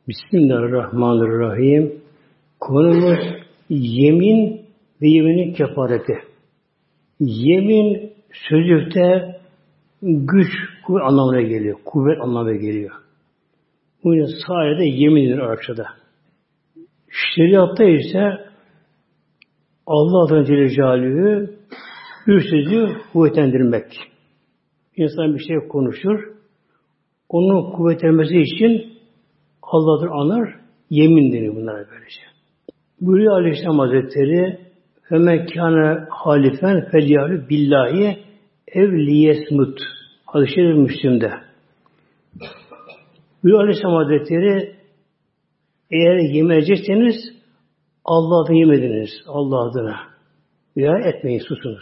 Bismillahirrahmanirrahim. Konumuz yemin ve yeminin kefareti. Yemin sözlükte güç, kuvvet anlamına geliyor. Kuvvet anlamına geliyor. Bu yüzden sadece yemindir Arapçada. Şeriatta ise Allah adına Celle Celaluhu bir sözü kuvvetlendirmek. İnsan bir şey konuşur, onun kuvvetlenmesi için Allah'dır anır, yemin denir bunlara böylece. Buyuruyor Aleyhisselam Hazretleri فَمَنْ كَانَ halifen فَلْيَعْلُ billahi evliyesmut. Hadis-i Şerif Müslim'de. Buyuruyor Aleyhisselam Hazretleri eğer yemin edecekseniz Allah adına yemin ediniz. Allah adına. Veya etmeyin, susunuz.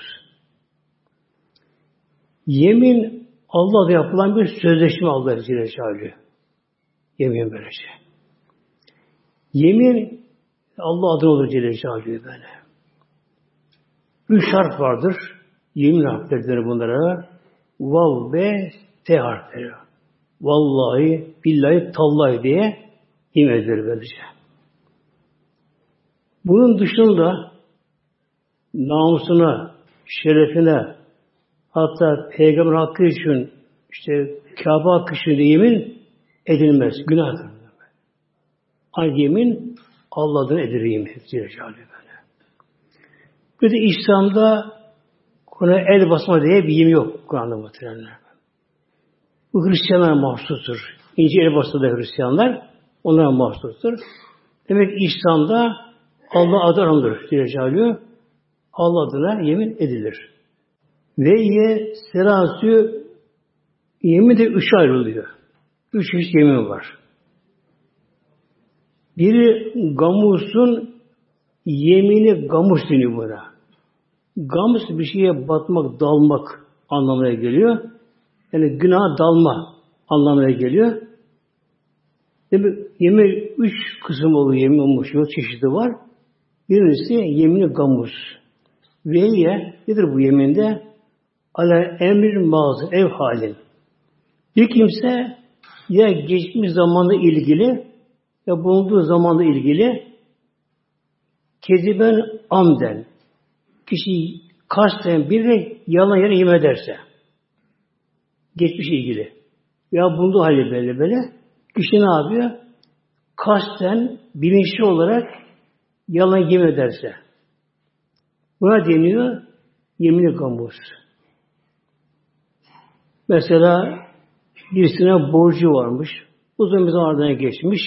Yemin Allah adına yapılan bir sözleşme Allah Celle Celaluhu. Yemin böylece. Yemin Allah adına olur Celle Celaluhu böyle. 3 harf vardır. Yemin harfleri bunlara. Vav ve T harfleri. Vallahi, billahi, tallahi diye yemin edilir böylece. Bunun dışında namusuna, şerefine, hatta Peygamber hakkı için, Kabe hakkı için de yemin edilmez. Günahtır. Aynı yemin Allah adına edilir yemin. Bir de İslam'da Kur'an'a el basma diye bir yemin yok Kur'an'da muhtemelen. Bu Hristiyanlara mahsustur. İnce el basma da Hristiyanlar onlara mahsustur. Demek ki İslam'da Allah adı anılır. Allah adına yemin edilir. Ve serasü yemin de 3'e ayrılıyor. 3 çeşit yemin var. Biri gamusun yemini gamus deniyor buna. Gamus bir şeye batmak, dalmak anlamına geliyor. Yani günaha dalma anlamına geliyor. Demek yemin 3 kısım oluyor, yemin olmuş, yol çeşidi var. Birincisi yemini gamus. Veyye nedir bu yeminde? Ala emir mazı ev halin. Bir kimse ya geçmiş zamanda ilgili ya bulunduğu zamanda ilgili keziben amden kişi kasten bir de yalan yere yemin ederse geçmiş ilgili ya bulunduğu hali böyle kişi ne yapıyor? Kasten bilinçli olarak yalan yemin ederse buna deniyor yemin-i gamus. Mesela birisine borcu varmış. Uzun bir zamandan geçmiş.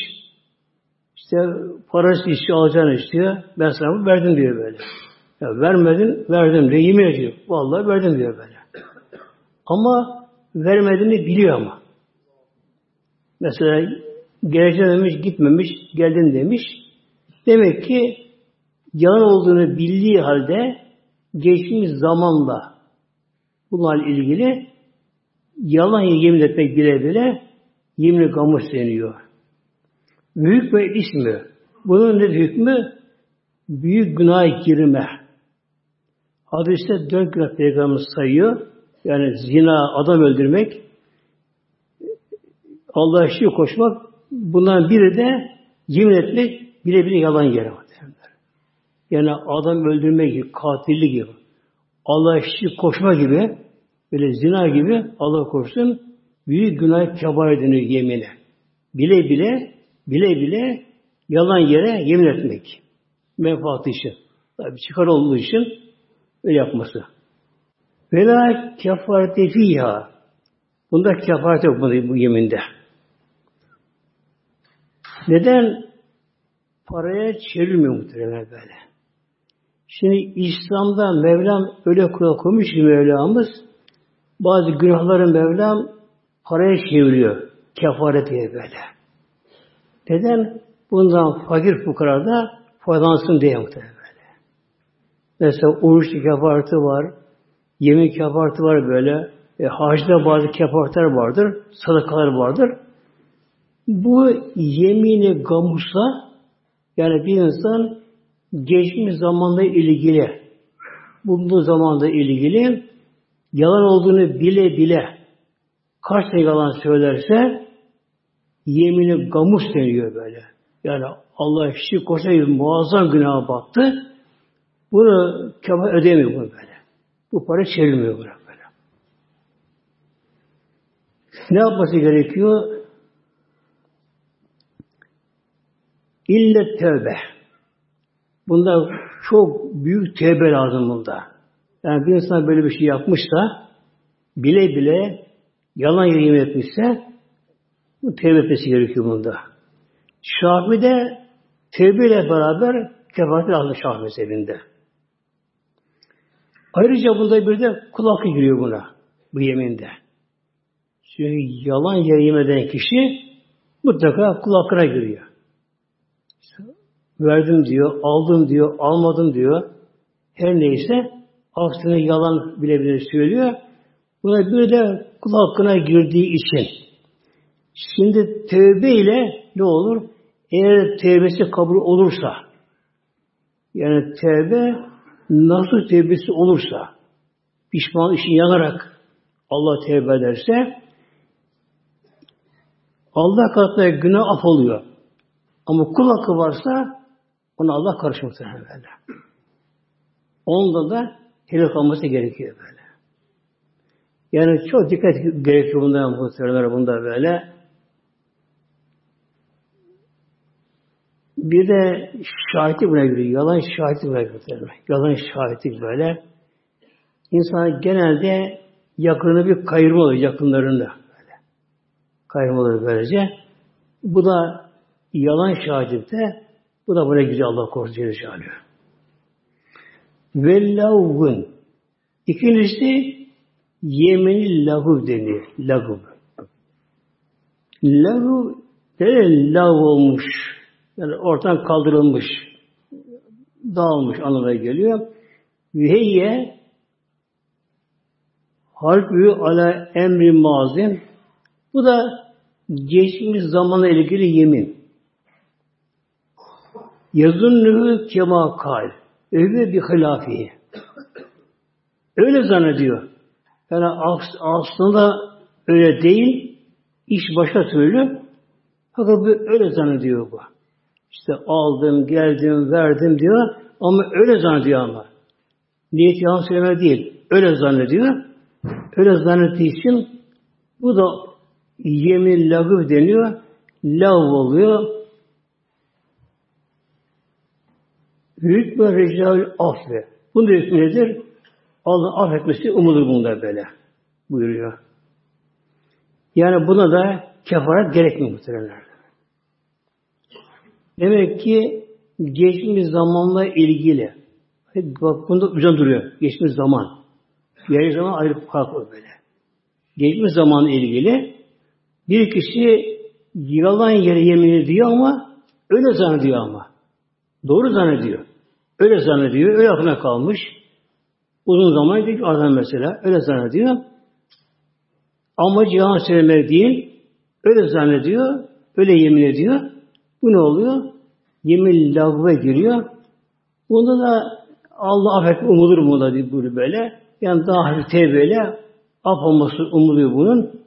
Parası istiyor, alacağını istiyor. Ben sana verdim diyor böyle. Ya vermedin, verdim diyor. Yemin ediyor. Vallahi verdim diyor böyle. Ama vermediğini biliyor ama. Mesela geleceğim demiş, gitmemiş, geldin demiş. Demek ki yalan olduğunu bildiği halde geçmiş zamanla bunlarla ilgili yalan yemin etmek bile yemin-i gamus deniyor. Büyük ve ismi. Bunun ne hükmü? Büyük günaha girme. Hadiste 4 günah Peygamberimiz sayıyor. Yani zina, adam öldürmek, Allah'a şirk koşmak, bundan biri de yemin etmek, bile yalan yere. Yani adam öldürmek gibi, katillik gibi, Allah'a şirk koşma gibi, böyle zina gibi Allah korusun, büyük günah kebair deniyor yemine. Bile yalan yere yemin etmek. Menfaat için. Tabii çıkar olduğu için öyle yapması. Vela kefarete fîhâ. Bunda kefaret yok bu yeminde. Neden? Paraya çevrilmiyor muhtemelen böyle. Şimdi İslam'da Mevlam öyle kural koymuş ki Mevlamız bazı günahların Mevlam paraya çeviriyor. Kefaret diye böyle. Neden? Bundan fakir fukara da faydalansın diye muhtemelen böyle. Mesela oruç kefareti var, yemin kefareti var böyle, hacda bazı kefaretler vardır, sadakalar vardır. Bu yemini gamusla yani bir insan geçmiş zamanda ilgili, bulunduğu zamanda ilgili yalan olduğunu bile kaç tane yalan söylerse yemini gamus deniyor böyle. Yani Allah şirk koşa muazzam günaha battı. Bunu kemal ödemiyor bunu böyle. Bu para çevrilmiyor böyle. Ne yapması gerekiyor? İlle tövbe. Bunda çok büyük tövbe lazım bunda. Yani bir insan böyle bir şey yapmışsa, bile bile yalan yemin etmişse, bu tövbe etmesi gerekiyor bunda. Şafii de tövbeyle beraber kefaret aldı Şafii mezhebinde. Ayrıca bunda bir de kul hakkı giriyor buna, bu yeminde. Çünkü yalan yemin eden kişi mutlaka kul hakkına giriyor. Verdim diyor, aldım diyor, almadım diyor. Her neyse aksine yalan bile söylüyor. Buna bir de kul hakkına girdiği için. Şimdi tövbe ile ne olur? Eğer tövbesi kabul olursa, yani tövbe nasıl tövbesi olursa, pişman için yanarak Allah tövbe ederse, Allah katında günah af oluyor. Ama kul hakkı varsa ona Allah karışmaz böyle. Onda da helal kalması gerekiyor böyle. Yani çok dikkat gerekiyor bunda böyle. Bir de şahitlik buna giriyor. Yalan şahitlik buna giriyor. Yalan şahitlik böyle. İnsan genelde yakını bir kayırma oluyor yakınlarında. Böyle. Kayırma oluyor böylece. Bu da yalan şahitlikte bu da buraya gidiyor Allah korusun alıyor. Ve lavvun. İkincisi yemini laguv deniyor. Laguv. Laguv lav olmuş. Yani ortadan kaldırılmış. Dağılmış anlamına geliyor. Vehiyye halbü ala emri mazin. Bu da geçmiş zamana ilgili yemin. Yazunnuhu kema kal. Öve bir hilafihi. Öyle zannediyor. Yani aslında öyle değil. İş başka türlü. Fakat öyle zannediyor bu. İşte aldım, geldim, verdim diyor. Ama öyle zannediyor ama. Niyeti yalan söyleme değil. Öyle zannediyor. Öyle zannettiği için bu da yemin lagıv deniyor. Lav oluyor. Hükmü recâl affı. Bunun hükmü nedir? Allah'ın affetmesi umulur bunda böyle. Buyuruyor. Yani buna da kefaret gerekmiyor muhtemelen. Demek ki geçmiş zamanla ilgili. Bak bunda üzerinde duruyor. Geçmiş zaman. Gelecek zaman ayrı farklı böyle. Geçmiş zamanla ilgili bir kişi yalan yere yemin ediyor ama öyle zannediyor ama. Doğru zannediyor. Öyle zannediyor. Öyle aklına kalmış. Uzun zaman değil adam mesela. Öyle zannediyor. Amacı yalan söylemek değil. Öyle zannediyor. Öyle yemin ediyor. Bu ne oluyor? Yemin lagva giriyor. Bunda da Allah affetme umulur mu da böyle. Yani daha hafif tevbeyle af olması umuluyor bunun.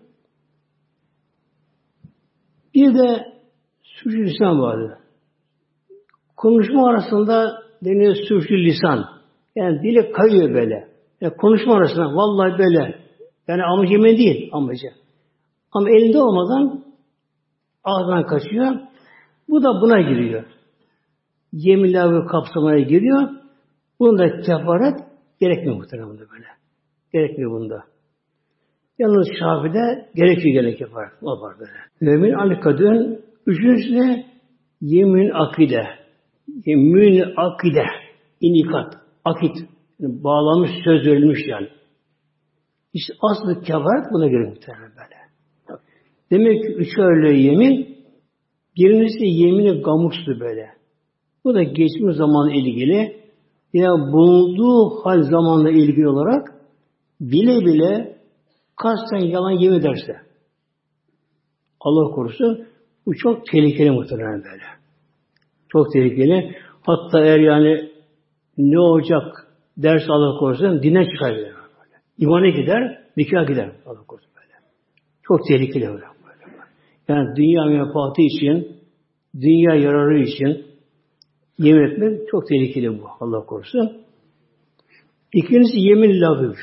Bir de sürçü lisan vardı. Konuşma arasında deniyor sürçü lisan. Yani dili kayıyor böyle. Yani konuşma arasında vallahi böyle. Yani amacı yemin değil amacı. Ama elinde olmadan ağzından kaçıyor. Bu da buna giriyor. Yeminler kapsamaya giriyor. Bunda kefaret gerekmiyor muhtemelen böyle. Gerekmiyor bunda. Yalnız Şafii'de gerekiyor gene kefaret. O var böyle. Yemin al-kadın. Üçüncüsü de yemin akide. Yemin akide. İnikat. Akit. Yani bağlanmış, söz verilmiş yani. İşte aslı kefaret buna göre muhtemelen böyle. Demek ki üç öyle yemin. Birincisi yemini gamuslu böyle. Bu da geçmiş zamanla ilgili veya bulunduğu hal zamanla ilgili olarak bile bile kasten yalan yemin ederse Allah korusun bu çok tehlikeli muhtemelen böyle. Çok tehlikeli. Hatta eğer yani ne olacak ders Allah korusun dinden çıkar böyle. İmana gider, nikah gider Allah korusun böyle. Çok tehlikeli böyle. Yani dünya menfaati için, dünya yararı için yemin etmek çok tehlikeli bu. Allah korusun. İkincisi yemin lagıv.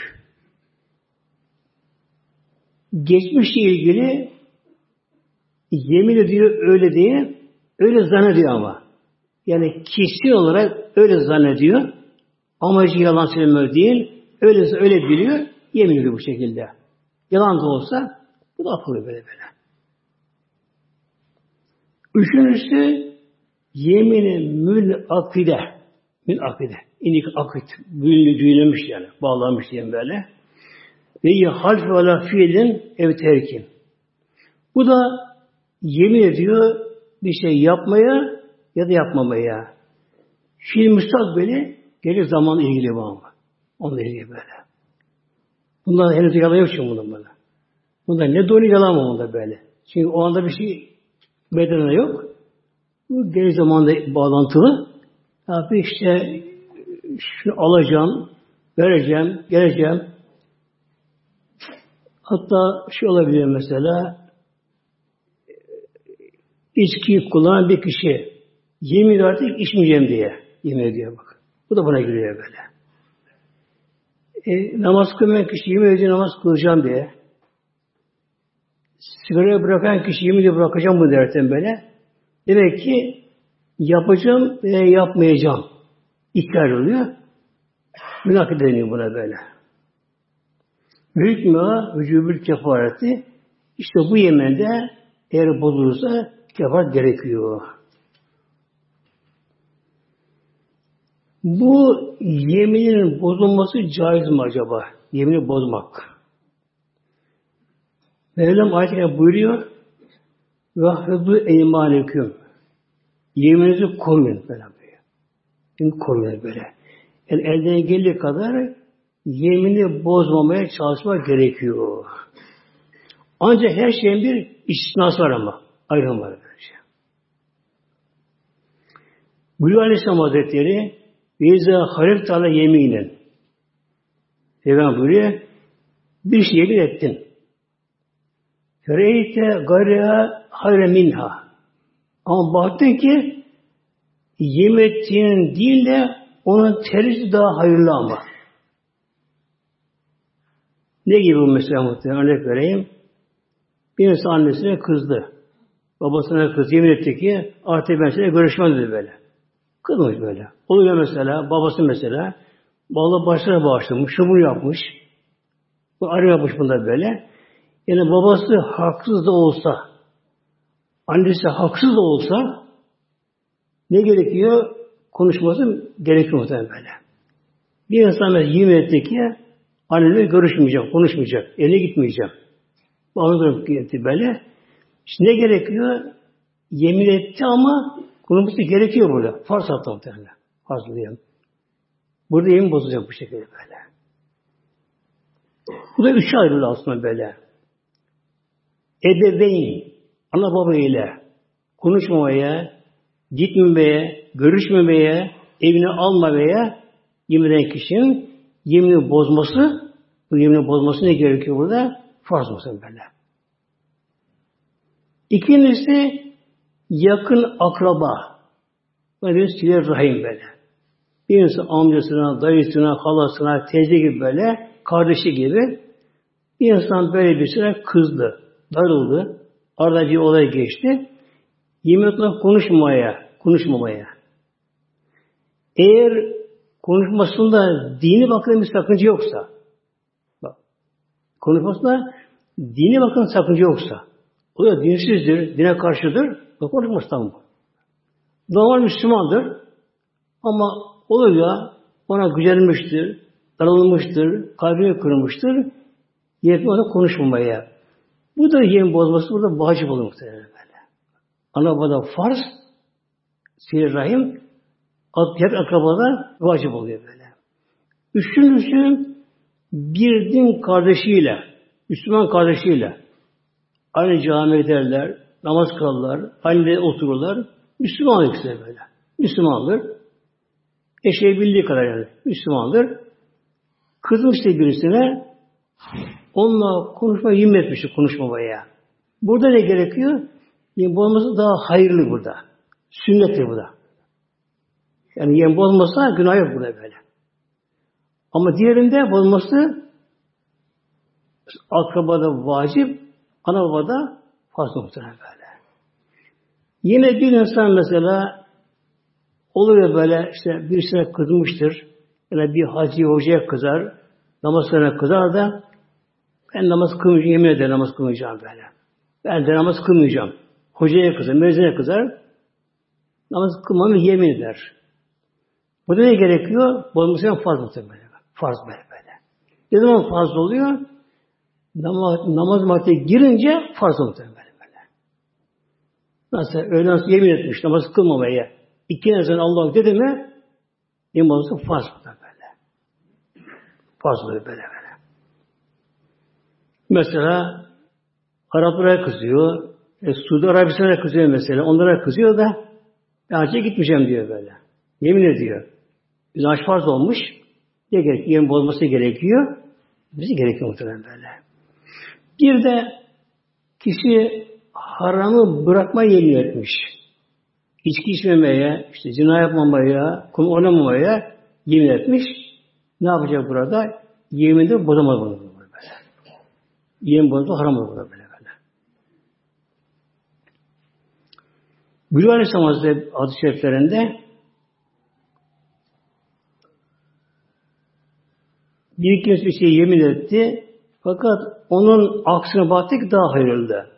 Geçmişle ilgili yemin ediyor öyle diye, öyle zannediyor ama. Yani kişi olarak öyle zannediyor. Amacı yalan söylemek değil. Öyle biliyor. Yemin ediyor bu şekilde. Yalan da olsa bu da akıllı böyle. Üçüncüsü yemini münakide. Münakide. İnik akit. Düğünlemiş yani. Bağlanmış diyelim böyle. Ve half ve la fiilin ev terkin. Bu da yemin ediyor bir şey yapmaya ya da yapmamaya. Fiil müstakbeli gelecek zamanla ilgili bu ama. Onunla ilgili böyle. Bundan henüz yalan yok çünkü bundan. Bunda ne doğru yalan mı bunda böyle. Çünkü o anda bir şey bedene yok. Bu gelecek zamanda bağlantılı. Abi işte şunu alacağım, vereceğim, geleceğim. Hatta şu olabilir mesela içki kullanan bir kişi yemin artık içmeyeceğim diye yemin ediyor bak. Bu da buna giriyor böyle. Namaz kılmayan kişi yemin ediyor namaz kılacağım diye. Sigarayı bırakan kişi yemin ediyor bırakacağım bu derken böyle. Demek ki yapacağım veya yapmayacağım. İkrar oluyor. Münakit deniyor buna böyle. Hükmü vücubül kefareti işte bu yemende eğer bozulursa kefaret gerekiyor. Bu yeminin bozulması caiz mi acaba? Yemini bozmak. Mevlam ayet-i buyuruyor vahfedû eymaneküm yemininizi koruyun böyle. Şimdi koruyun böyle. Yani elden geldiği kadar yemini bozmamaya çalışmak gerekiyor. Ancak her şeyin bir istisnası var ama. Ayrım var. Buyuruyor Aleyhisselam Hazretleri Veyza halif ta'ala yeminen. Peygamber buyuruyor bir şey yemin ettin. Fereyte gayreha hayre minha. Ama baktın ki yemin ettiğinin değil de onun tercih daha hayırlı ama. Ne gibi bu mesela muhtemelen örnek vereyim. Bir insan annesine kızdı. Babasına kızdı. Yemin etti ki artık ben seninle görüşmem dedi böyle. Kızmış böyle. Oluyor mesela babası mesela bağlı başlarına bağışlamış. Şunu yapmış. Bu arı yapmış bunda böyle. Yani babası haksız da olsa annesi haksız da olsa ne gerekiyor? Konuşması gerekiyor muhtemelen böyle. Bir insan mesela yemin etti ki annemle görüşmeyeceğim, konuşmayacak, evine gitmeyeceğim. Bağlı etti böyle. Şimdi ne gerekiyor? Yemin etti ama konuşması gerekiyor burada. Farz hatta muhtemelen. Farz diyelim. Burada yemin bozacak bu şekilde böyle. Bu da üçe ayrılıyor aslında böyle. Ebeveyn, ana baba ile konuşmamaya, gitmemeye, görüşmemeye, evine almamaya yemin eden kişinin yemini bozması, bu yemini bozması ne gerekiyor burada? Farz olsun böyle. İkincisi yakın akraba. Böyle siler rahim böyle. Bir insan amcasına, dayısına, halasına, teyze gibi böyle, kardeşi gibi bir insan böyle birisine kızdı, darıldı. Arada bir olay geçti. Yemin etmek konuşmamaya. Eğer konuşmasında dini bakımdan bir sakınca yoksa, bak, konuşmasında dini bakımdan sakınca yoksa, o da dinsizdir, dine karşıdır, bak konuşması tamam. Normal Müslümandır ama oluyor ona gücenmiştir, darılmıştır, kalbini kırılmıştır, yemin ona konuşmamaya. Bu da yemin bozması burada vacip olur muhtemelen böyle. Ana babada farz, siler rahim, diğer akrabada vacip oluyor böyle. Üçüncüsü bir din kardeşiyle, Müslüman kardeşiyle aynı camiye giderler, namaz kılarlar, aynı otururlar. Müslümanlık ise böyle. Müslümandır. Eşeği bildiği kadar yani. Müslümandır. Kızmıştı birisine onunla konuşmaya yemin etmişti konuşmamaya. Burada ne gerekiyor? Yemin bozması daha hayırlı burada. Sünnettir bu da. Yani yemin bozmasa günah yok burada böyle. Ama diğerinde bozması akrabada vacip, ana babada fazla muhtemelen böyle. Yine bir insan mesela oluyor böyle işte birisine kızmıştır. Yani bir hacı hocaya kızar, namazlarına kızar da ben namaz kılmayacağım, yemin ederim namaz kılmayacağım böyle. Ben de namaz kılmayacağım. Hocaya kızar, mezine kızar, namaz kılmamı yemin eder. Bu da ne gerekiyor? Bozmasından farz muhtemelen. Farz böyle. Ne zaman farz oluyor? Namaz vakti girince farz muhtemelen böyle. Nasıl öğlen yemin etmiş namaz kılmamaya. İki ezan Allah dedi mi? Yemin olursa farz muhtemelen böyle. Farz böyle. Mesela Araplara kızıyor, Suudi Arabistan'a kızıyor mesela. Onlara kızıyor da ben hacca gitmeyeceğim diyor böyle. Yemin ediyor. Biz hac farz olmuş. Ne gerekiyor? Yemin bozması gerekiyor. Bizi gerekiyor muhtemelen böyle. Bir de kişi haramı bırakma yemin etmiş. İçki içmemeye, işte zina yapmamaya, kum oynamamaya yemin etmiş. Ne yapacak burada? Yeminde bozamaz bunu böyle. Yemin bozma haram olur böyle. Bülü Aleyhisselam Hazretleri hadis-i şeriflerinde bir kez bir şey yemin etti fakat onun aksine baktı ki daha hayırlı.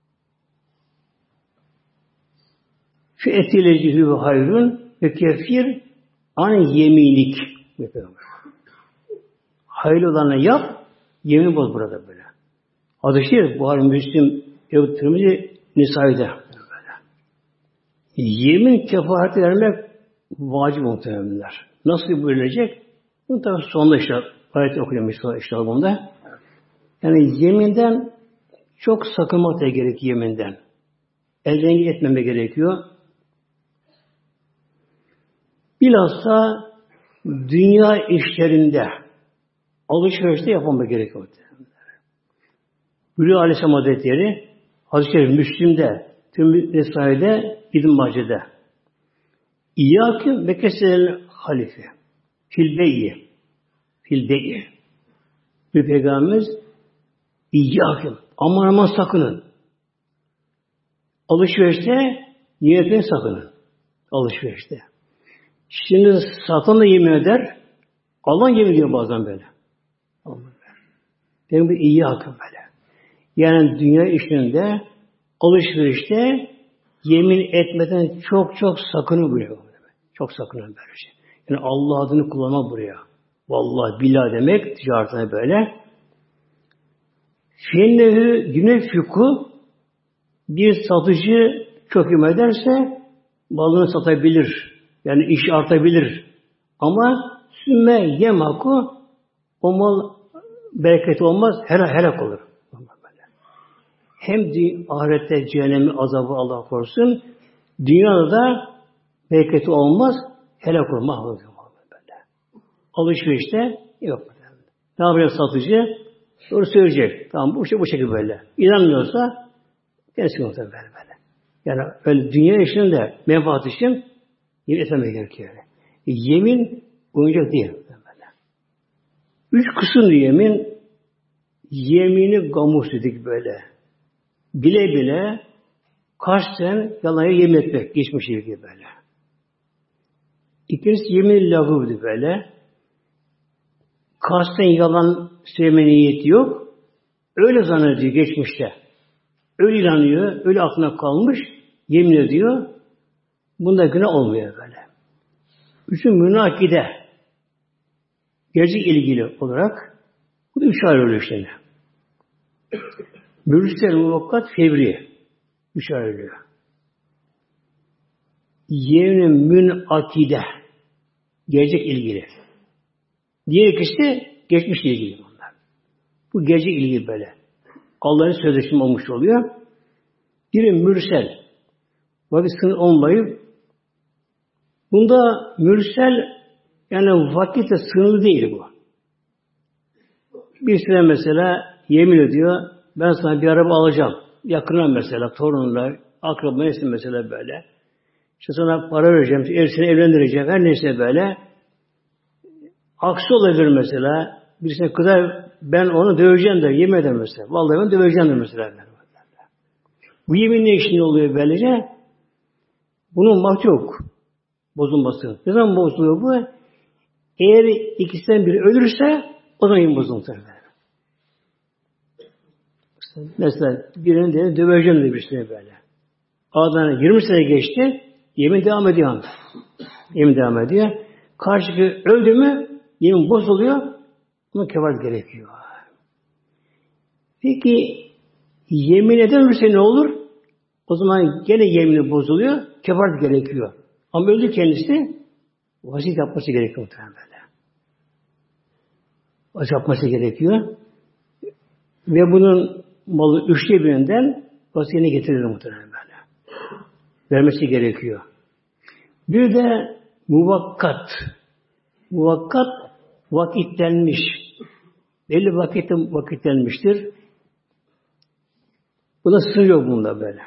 Şu etilecihi ve hayrun ve kefir an yeminik. Hayırlı olanı yap, yemin boz burada böyle. Hadis-i şerif Buhari, Müslim, Ebu Tirmizi, Nisai'de. Yemin kefareti vermek vacip muhtemelenler. Nasıl buyurulacak? Bunu tabi sonunda işte ayet okuyalım işte bunda. Yani yeminden çok sakınmak da gerekiyor yeminden. Elden etmeme gerekiyor. Bilhassa dünya işlerinde alışverişte yapmamız gerekiyor. Bülü Aleyhisselam Hazretleri hadis-i şerif Müslim'de, tüm Nesai'de, İbn Mace'de. İyyâküm ve kesel halife. Fil bey'i. Bir Peygamberimiz İyyâküm. Aman sakının. Alışverişte niyetten sakının. Alışverişte. Şimdi satan da yemin eder. Allah yemin ediyor bazen böyle. Benim bu İyyâküm böyle. Yani dünya işlerinde alışverişte yemin etmeden çok sakının buraya. Çok sakının böyle şey. Yani Allah adını kullanma buraya. Vallahi billah demek ticaretine böyle. Fi'nnehu yünefiku bir satıcı çok ederse malını satabilir. Yani iş artabilir. Ama sümme yemaku o mal bereketi olmaz. Helak olur. Hem ahirette cehennemi azabı Allah korusun. Dünyada da bereketi olmaz. Helak olur. Mahvolur. Alışverişte yok. Ne yapacak satıcı? Doğru söyleyecek. Tamam bu şekilde böyle. İnanmıyorsa kendisi muhtemelen böyle. Yani öyle dünya işinde menfaat için yemin etmemeye gerekiyor. Yani. Yemin oyuncak değil. Böyle. 3 kısım yemin. Yemini gamus dedik böyle. Bile kasten yalana yemin etmek. Geçmiş gibi böyle. İkincisi yemin lagıvdı böyle. Kasten yalan söyleme niyeti yok. Öyle zannediyor geçmişte. Öyle inanıyor. Öyle aklına kalmış. Yemin ediyor. Bunda günah olmuyor böyle. Üçün münakide. Gerçek ilgili olarak bu da 3 ayrı oluyor işte. Mürsel muvakkat fevri. 3 ayrılıyor. Yemin münakide. Gerçek ilgili. Diğer ikisi geçmişle ilgili bunlar. Bu gerçek ilgili böyle. Allah'ın sözleşmesi olmuş oluyor. Biri mürsel. Vakit sınır olmayıp bunda mürsel yani vakitle sınırlı değil bu. Birisine mesela yemin ediyor ben sana bir araba alacağım. Yakına mesela torunla akraba neyse mesela böyle. İşte sana para vereceğim, seni evlendireceğim, her neyse böyle. Aksi olabilir mesela. Birisine kızar, ben onu döveceğim der, yemin eder mesela. Vallahi ben döveceğim der mesela. Bu yemin ne işin oluyor böylece? Bunun mahdi yok. Bozulması. Ne zaman bozuluyor bu? Eğer ikisinden biri ölürse o zaman yemin bozulur. Mesela birinin de döveceğim diye birisine böyle. Aradan 20 sene geçti, yemin devam ediyor. Yemin devam ediyor. Karşıki öldü mü yemin bozuluyor. Buna kefaret gerekiyor. Peki yemin eden ölürse ne olur? O zaman gene yemini bozuluyor. Kefaret gerekiyor. Ama öldü kendisi vasiyet yapması gerekiyor muhtemelen böyle. Vasiyet yapması gerekiyor. Ve bunun malı 1/3 vasiyetine getirir muhtemelen böyle. Vermesi gerekiyor. Bir de muvakkat. Muvakkat vakitlenmiş. Belli vakitlenmiştir. Buna sınır yok bunda böyle.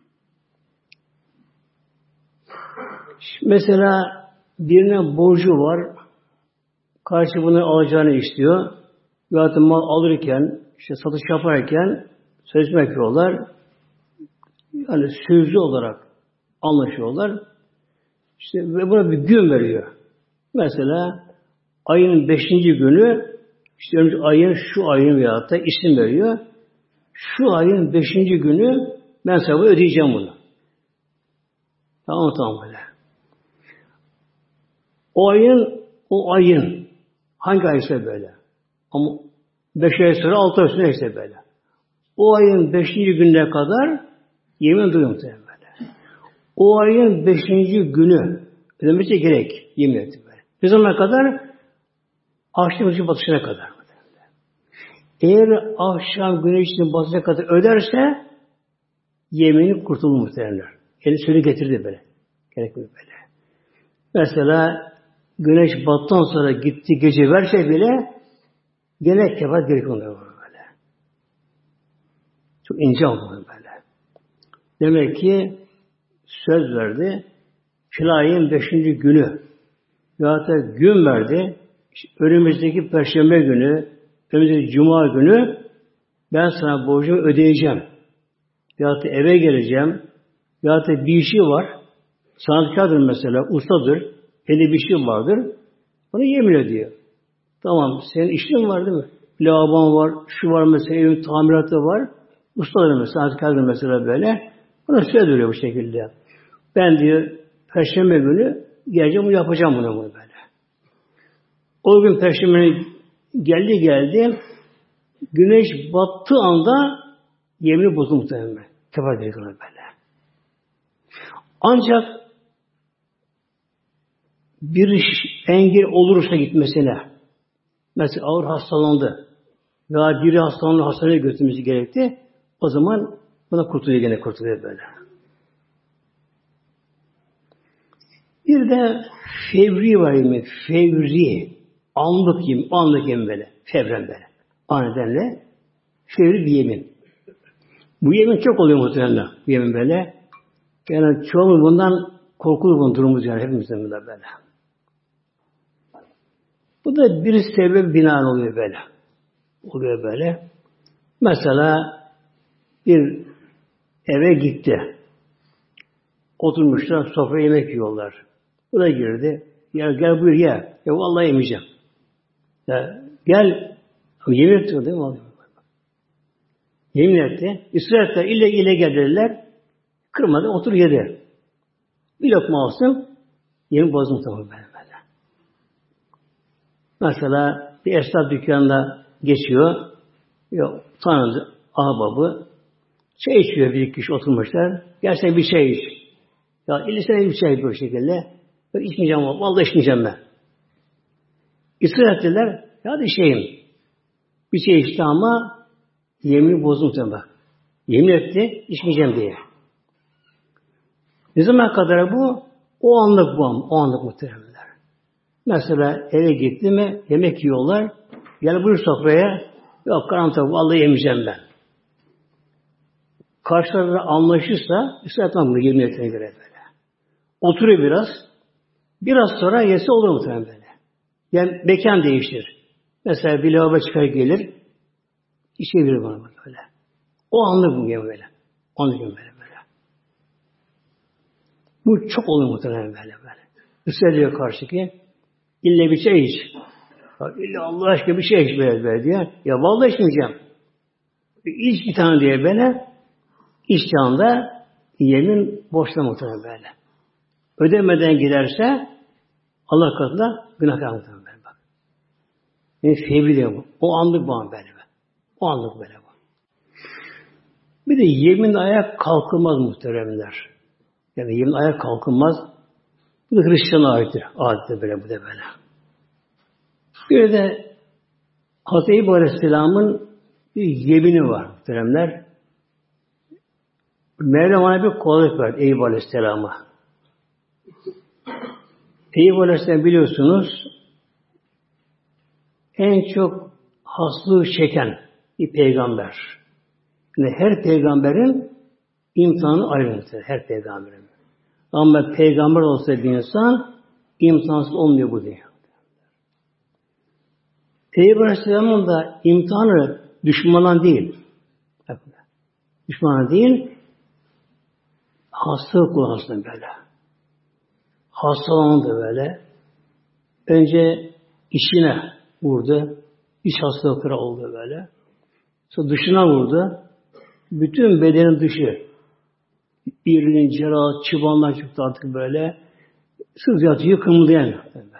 Mesela birine borcu var. Karşı bunu alacağını istiyor. Veyahut mal alırken, işte satış yaparken sözleşme yapıyorlar. Yani sözlü olarak anlaşıyorlar. İşte ve buna bir gün veriyor. Mesela ayın 5. günü işte ayın şu ayın veyahut da isim veriyor. Şu ayın 5. günü ben sana ödeyeceğim bunu. Tamam böyle. O ayın hangi ay ise böyle. Ama 5 ay sonra 6 ay sonra ise böyle. O ayın 5. gününe kadar yemin duyuyor muhtemelen böyle. O ayın 5. günü ödemesi gerek yemin etti böyle. Ne zamana kadar? Akşam güneşin batışına kadar. Eğer akşam güneşin batışına kadar öderse yemini kurtulur muhtemelen. Yani sürü getirdi böyle. Gerekli böyle. Mesela güneş battıktan sonra gitti gece verse bile gene kefaret gerekiyor böyle. Çok ince oldu böyle. Demek ki söz verdi. Filayın 5. günü veyahut da gün verdi. İşte önümüzdeki Perşembe günü, önümüzdeki Cuma günü ben sana borcumu ödeyeceğim. Veyahut da eve geleceğim. Veyahut da bir işi var. Sanatkardır mesela, ustadır. Elinde bir şey vardır. Onu yemin ediyor. Tamam, senin işin var değil mi? Lavabon var, şu var mesela, evin tamiratı var. Ustadır mesela, sanatkardır mesela böyle. Ona söylüyor bu şekilde. Ben diyor, Perşembe günü geleceğim, bunu yapacağım bunu böyle. O gün Perşembe geldi. Güneş battığı anda yemini bozuldu muhtemelen. Kefaret gerekiyor böyle. Ancak bir engel olursa gitmesine, mesela ağır hastalandı veya biri hastaneye götürmesi gerekti, o zaman buna kurtuluyor böyle. Bir de fevri var yemin, fevri, anlık yemin böyle, fevren böyle. Anedenle fevri bir yemin. Bu yemin çok oluyor muhtemelen, bu yemin böyle. Yani çoğumuz bundan korkulur bunun durumumuz yani hepimizden böyle. Bu da bir sebep binaen oluyor böyle. Oluyor böyle. Mesela bir eve gitti. Oturmuşlar, sofraya yemek yiyorlar. Bu da girdi. Ya gel buyur ye. Ya vallahi yemeyeceğim. Ya gel. Yemin etti değil mi? Yemin etti. İsrar etti. İlle geldiler. Kırmadı. Otur yedi. Bir lokma alsın. Yemin bozdum tabii böyle. Mesela bir esnaf dükkanında geçiyor. Yok, tanıdı ahbabı. Çay içiyor, bir kişi oturmuşlar. Gerçekten bir çay iç. Ya ilisene bir çay bu şekilde. Yok, içmeyeceğim, vallahi içmeyeceğim ben. İsrar ettiler. Ya da bir çay içti ama yemini bozdum tabi. Yemin etti, içmeyeceğim diye. Ne zaman kadar bu? O anlık muhtemelen. Mesela eve gitti mi, yemek yiyorlar. Gel buyur sofraya. Yok karanlık vallahi yemeyeceğim ben. karşılarına anlaşırsa zaten bunu yemin ettiğine göre böyle. Oturuyor biraz. Biraz sonra yese olur muhtemelen böyle. Yani mekan değiştir. Mesela bir lavabo çıkar gelir. İşe verir bana böyle. O anlık bu gibi böyle. Anlık böyle böyle. Bu çok olur muhtemelen böyle böyle. Üsteliyor karşıki. İlle bir şey iç. İlla Allah aşkına bir şey iç böyle diye. Ya vallahi içmeyeceğim. İç bir tane diye böyle. İçtiği anda yemin boşta muhtemelen böyle. Ödemeden giderse Allah katında günah kalmıyor böyle bak. Yani fevri diyor bu. O anlık bu böyle. O anlık böyle bu. Bir de yemin ayak kalkılmaz muhteremler. Yani yemin ayak kalkılmaz. Bu da Hristiyan'a aittir. Adettir böyle bu da böyle. Bir de Hazreti Eyüp Aleyhisselam'ın bir yemini var muhteremler. Mevlam ona bir kolaylık verdi Eyüp Aleyhisselam'a. Eyüp Aleyhisselam biliyorsunuz en çok hastalığı çeken bir peygamber. Yani her peygamberin imtihanı ayrıdır. Her peygamberin. Ama peygamber olsa bir insan imtihansız olmuyor bu dünya. Eyüp Aleyhisselam'ın da imtihanı düşmandan değil. Düşmandan değil, hastalık kullanmasından böyle. Hastalandı böyle. Önce içine vurdu. İç hastalıkları oldu böyle. Sonra dışına vurdu. Bütün bedenin dışı. İrinin, cerrah, çıbanlar çıktı artık böyle. Sırf yatıyor, kımıldayan böyle.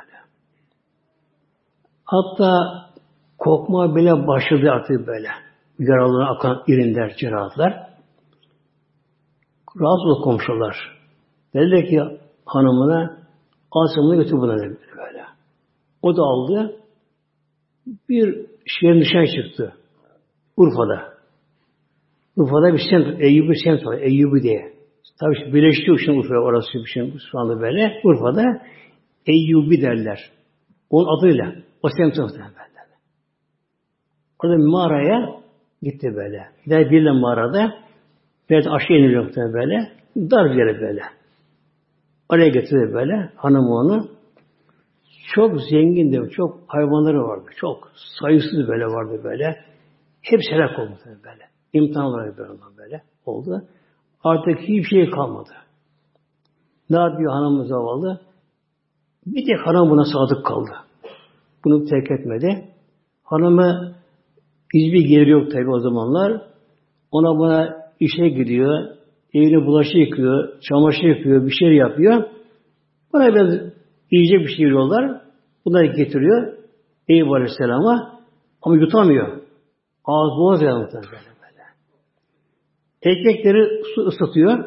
Hatta kokma bile başladı artık böyle. Yaralarına akan irinler, cerrahlar. Rahatsız oldu komşular. Dediler ki hanımına Asım'ını götür buna dedi böyle. O da aldı. Bir şehrin dışına çıktı. Urfa'da. Urfa'da bir semt, Eyyubi semt var. Eyyubi diye. Tabii birleşti şimdi Urfa'ya orası bir şey şu anda böyle. Urfa'da Eyyubi derler. Onun adıyla. O semt muhtemelen böyle. Orada bir mağaraya gitti böyle. Bir mağarada biraz aşağı iniliyor muhtemelen böyle. Dar bir yere böyle. Oraya getirdi böyle. Hanım onu. Çok zengindi. Çok hayvanları vardı. Çok sayısız böyle vardı böyle. Hepsi helak oldu böyle. İmtihan olarak böyle oldu. Artık hiçbir şey kalmadı. Ne yapıyor hanımı zavallı? Bir tek hanım buna sadık kaldı. Bunu terk etmedi. Hanımı hiçbir geliri yok tabi o zamanlar. Ona buna işe gidiyor. Evine bulaşık yıkıyor. Çamaşır yıkıyor. Bir şey yapıyor. Buna biraz yiyecek bir şey veriyorlar. Bunları getiriyor. Eyüp Aleyhisselam'a. Ama yutamıyor. Ağız boğaz yanıyor böyle. Ekmekleri su ısıtıyor.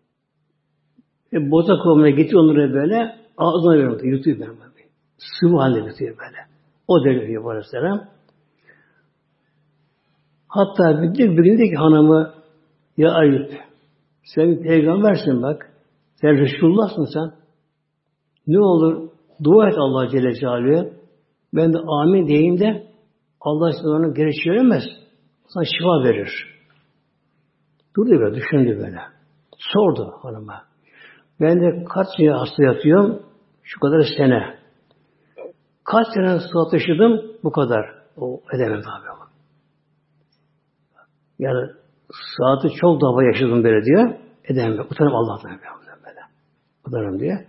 Boza kovamına getiriyor onları böyle. Ağzına veriyor. Yutuyor böyle. Sıvı halinde yutuyor böyle. O da Eyüp Aleyhisselam. Hatta bir gün de ki hanımı ya Eyüp sen bir peygambersin bak. Sen Resulullah'sın sen. Ne olur dua et Allah Celle Celaluhu'ya. Ben de amin diyeyim de Allah size onu geri çeviremez. Sana şifa verir. Durdu böyle, düşündü böyle. Sordu hanıma. Ben de kaç sene hasta yatıyorum? Şu kadar sene. Kaç sene su taşıdım? Bu kadar. O edemem tabi. Yani saati çok daha yaşadım böyle diyor. Edemem. Utanırım Allah'tan böyle. Utanırım diyor.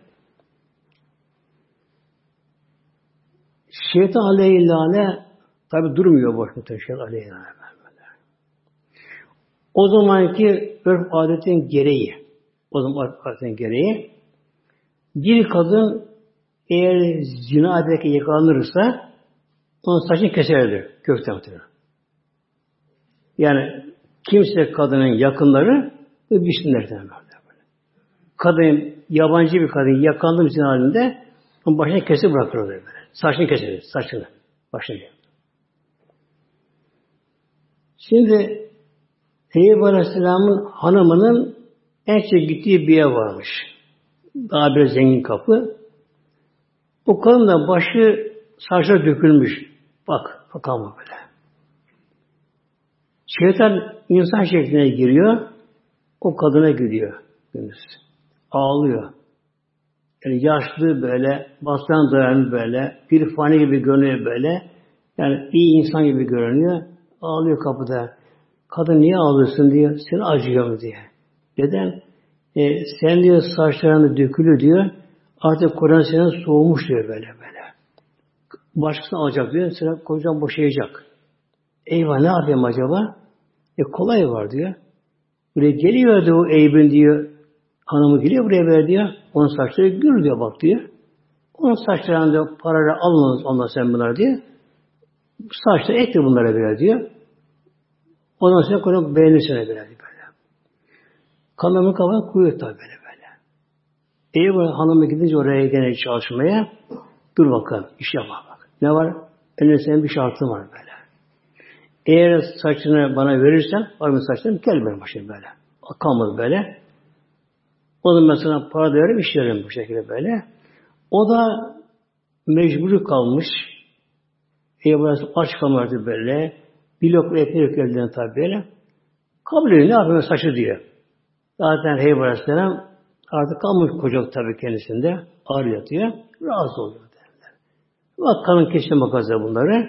Şeytan aleyhillâne tabi durmuyor boş muhteşem aleyhillâne. O zamanki örf adetin gereği bir kadın eğer zina ederken yakalanırsa onun saçını keserler kökten muhtemelen. Yani kimse kadının yakınları bilsinler böyle. Kadın yabancı bir kadın yakalandığı zina halinde onun başını kesip bırakır böyle. Saçını keser, saçını. Başını. Şimdi Eyüp Aleyhisselam'ın hanımının en çok gittiği bir yer varmış. Daha bir zengin kapı. O kadın da başı saçlar dökülmüş. Bakalım böyle. Şeytan insan şekline giriyor. O kadına gidiyor. Gündüz. Ağlıyor. Yani yaşlı böyle, bastan dayanır böyle, bir fani gibi görünüyor böyle. Yani iyi insan gibi görünüyor. Ağlıyor kapıda. Kadın niye ağlıyorsun diyor. Seni acıyor mu diye. Neden? Sen diyor saçlarını dökülü diyor. Artık Kur'an seni soğumuş diyor böyle böyle. Başkasını alacak diyor. Sıra kocaman boşayacak. Eyvah ne yapayım acaba? Kolay var diyor. Buraya geliyor diyor o Eyüp'ün diyor. Hanımı geliyor buraya ver diyor. Onun saçları gül diyor bak diyor. Onun saçlarını diyor parayla almanız ondan sen bunlar diyor. Saçları ekle bunlara ver diyor. Ondan sonra Kur'an beğenirsene böyle böyle. Kanımın kafasına koyuyor tabi böyle böyle. Eyüp hanımı gidince oraya gene çalışmaya dur bakalım iş yapma bak. Ne var? Önüne senin bir şartın var böyle. Eğer saçını bana verirsen, var mı saçlarım? Gel benim başım böyle. Kalmadı böyle. O zaman ben sana para da veririm, iş veririm bu şekilde böyle. O da mecbur kalmış. Burası aç kalmadı böyle. Bir lokma ekmek yok elden tabi böyle. Kabul ediyor. Ne yapayım saçı diyor. Zaten Heyber Aleyhisselam artık kalmış koca tabi kendisinde. Ağır yatıyor. Rahatsız oluyor derler. Bak kanın keşine bakacağız bunları.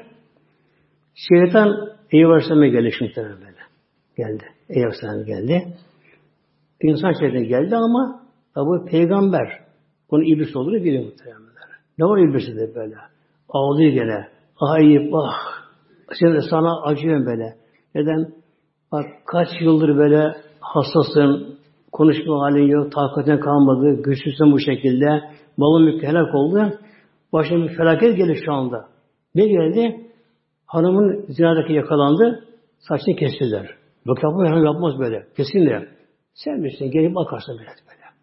Şeytan Eyüp Aleyhisselam'a geldi şimdi böyle. Geldi. Eyüp Aleyhisselam geldi. İnsan şeytan geldi ama tabi peygamber. Bunun iblis olduğunu biliyor muhtemelen. Ne var iblisi de böyle. Ağlıyor gene. Ah Eyüp ah. Şimdi sana acıyorum böyle. Neden? Bak kaç yıldır böyle hastasın. Konuşma halin yok. Takatin kalmadı. Güçsüzsün bu şekilde. Malın mülkü helak oldu. Başına bir felaket gelir şu anda. Ne geldi? Hanımın zinadaki yakalandı. Saçını kestiler. Bak yapmaz böyle. Kesin de. Sen misin? Gelip bakarsın böyle.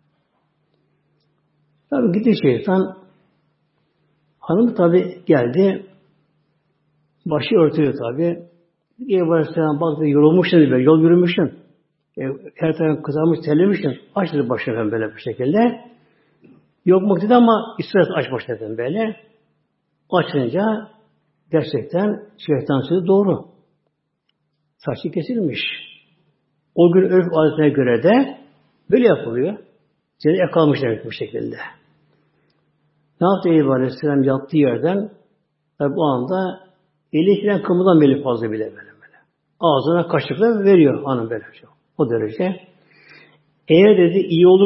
Tabi gitti şeytan. Hanım tabi geldi. Başı örtüyor tabi. Eyüp Aleyhisselam baktı yorulmuşsun böyle. Yol yürümüşsün. Her tarafın kızarmış terlemişsin. Aç dedi başını böyle bir şekilde. Yok mu dedi ama İsrail aç başladı böyle. Açınca gerçekten şeytan sözü doğru. Saçı kesilmiş. O gün örf adetine göre de böyle yapılıyor. Seni yakalmış demek bu şekilde. Ne yaptı Eyüp Aleyhisselam yattığı yerden? Tabi o anda eliyle kımıldanmıyor fazla bile böyle. Ağzına kaşıkla veriyor hanım böyle. O derece. Eğer dedi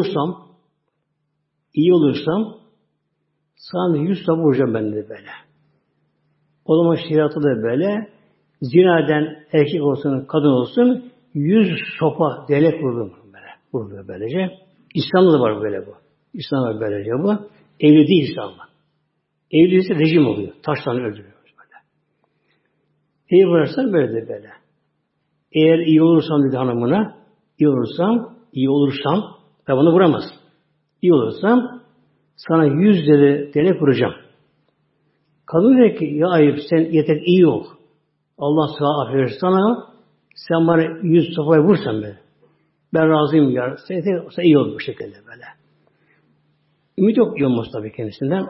iyi olursam sana 100 sopa vuracağım ben dedi böyle. O zaman şeriatı da böyle zina eden erkek olsun kadın olsun 100 sopa delek vurulur böyle. Vuruluyor böylece. İslam'da da var böyle bu. İslam'da böylece bu. Evli değil İslam'da. Evli ise rejim oluyor. Taştan öldürüyor böyle. Eyüp Aleyhisselam böyle de böyle. Eğer iyi olursam dedi hanımına, iyi olursam, ben bunu vuramaz. İyi olursam, sana 100 dedi denek vuracağım. Kadın dedi ki, ya Eyüp sen yeter iyi ol. Allah sana affeder sana, sen bana 100 sopayı vursan be. Ben razıyım ya. Sen iyi ol bu şekilde böyle. Ümit yok iyi olması tabii kendisinden.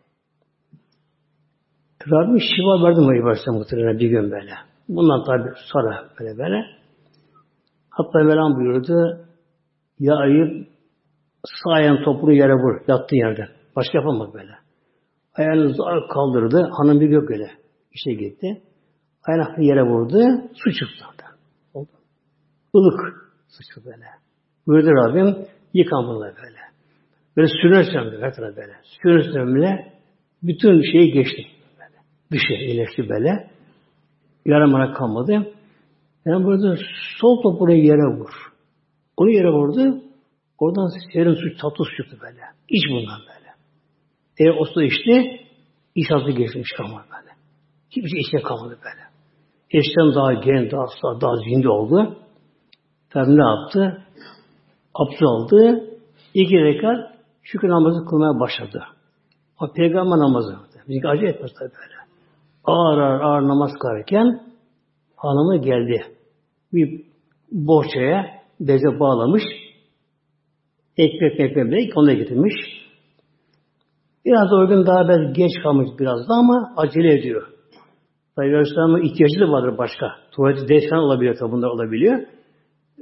Rabbim şifa verdi mi Eyüp Aleyhisselam muhtemelen bir gün böyle. Bundan tabi sonra böyle. Hatta Mevlam buyurdu, ya Eyüp sağ ayağın topuğunu yere vur, yattığı yerden. Başka yapamaz böyle. Ayağını zar kaldırdı, hanım bir yok öyle. İşe gitti. Ayağını yere vurdu, su çıktı oradan. Oldu. Ilık su çıktı böyle. Buyurdu Rabbim, yıkan bunları böyle. Böyle sürünersen her tarafı böyle. Sürünersen bile bütün şeyi geçti. Böyle. Dışı iyileşti böyle. Yaramana kalmadı. Yani burada sol topuğunu yere vur. Onu yere vurdu. Oradan serin su tatlı su çıktı böyle. İç bundan böyle. Eğer o su içti, işatı geçmiş kalmadı böyle. Hiçbir şey içine kalmadı böyle. Eşten daha genç, daha zinde oldu. Tabi ne yaptı? Abdest aldı. 2 rekat şükür namazı kılmaya başladı. O peygamber namazı. Bizimki acı etmez tabi böyle. Ağır namaz kılarken hanımı geldi. Bir bohçaya beze bağlamış. Ekmek bile onu getirmiş. Biraz o gün daha belki geç kalmış biraz da ama acele ediyor. Tabi Aleyhisselam'ın ihtiyacı da vardır başka. Tuvaleti değişen olabiliyor, bunlar olabiliyor.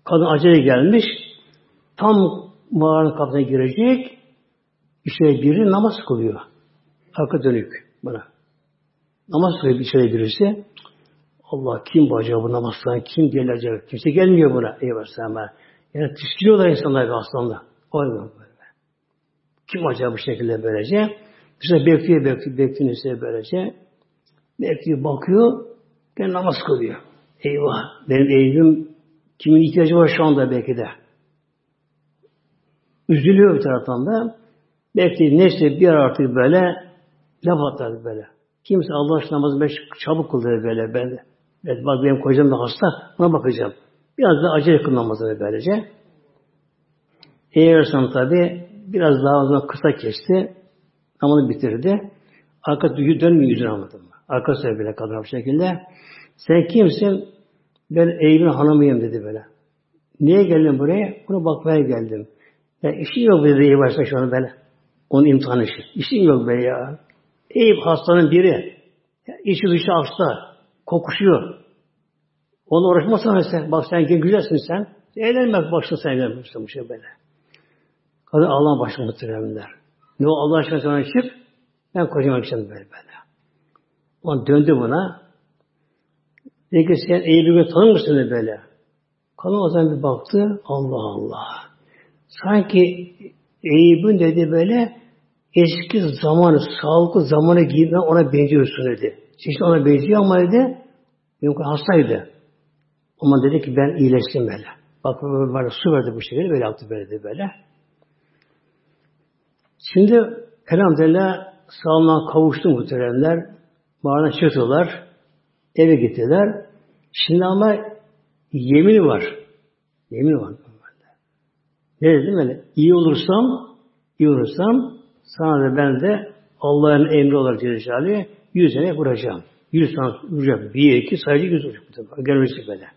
Kadın acele gelmiş. Tam mağaranın kapısına girecek. İşte biri namaz kılıyor. Arka dönük bana. Namaz kılıyor içeri birisi. Allah kim bu acaba bu namazdan? Kim gelir acaba? Kimse gelmiyor buna. Eyvallah sana. Yani tiskiliyorlar insanlar aslında. Olmuyor böyle. Kim acaba bu şekilde böylece? İşte bekliyor ise böylece. Bekliyor, bakıyor. Ben namaz kılıyor. Eyvah! Benim Eyüp'üm kimin ihtiyacı var şu anda belki de. Üzülüyor bir taraftan da. Belki neyse bir ara artık böyle laf atar böyle. Kimse Allah aşkına namazı çabuk kılıyor böyle ben de. Evet, bak benim kocam da hasta, ona bakacağım. Biraz da acele kıl namazını böylece. Eğersen tabi biraz daha o zaman kısa kesti. Namazını bitirdi. Arka dönmüyor yüzüne anladın mı? Arkası böyle kadar bir şekilde. Sen kimsin? Ben Eyüp'ün hanımıyım dedi böyle. Niye geldin buraya? Buna bakmaya geldim. Ya işin yok dedi Eyüp başta şu an böyle. Onun imtihanı işi. İşin yok be ya. Eyüp hastanın biri. Ya, içi dışı hasta. Kokuşuyor. Onunla uğraşmasana sen. Bak sen güzelsin sen. Eğlenmek başla sen eğlenmişsin bu şey böyle. Kadın Allah'ın başına muhteremler. Ne o Allah aşkına sana çık? Ben kocama gideceğim böyle. O döndü buna. Dedi ki sen Eyüp'ü tanır mısın dedi böyle. Kadın o zaman bir baktı. Allah Allah. Sanki Eyüp'ün dedi böyle eski zamanı, sağlıklı zamanı gibi ona benziyorsun dedi. İşte ona benziyor ama dedi benim hastaydı. Ama dedi ki ben iyileştim böyle. Bak böyle su verdi bu şekilde böyle yaptı böyle. Şimdi elhamdülillah sağlığına kavuştu muhteremler. Mağaradan çıktılar. Eve gittiler. Şimdi ama yemini var. Yemin var. Ne dedim öyle? İyi olursam sana da ben de Allah'ın emri olarak Celle 100 sene vuracağım. 100 tane vuracağım. 1, 2 sayıcı 100 vuracak. Gelmesi böyle.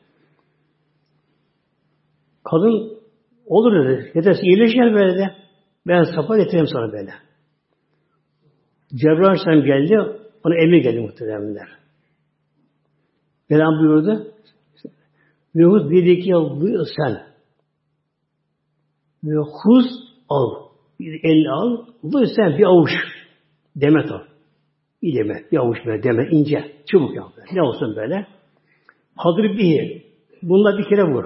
Kadın olur dedi. Yeterse iyileşen böyle de. Ben sapa getireyim sana böyle. Cebrail Aleyhisselam geldi. Ona emri geldi muhteremler. Mevlam buyurdu. Ve bir iki yıl sen. Ve huz al. Bir el al. Bu sen bir avuç. Demet al. Bir demet. Bir avuç böyle demet. İnce. Çubuk yap. Ne olsun böyle. Hadır bir. Bununla bir kere vur.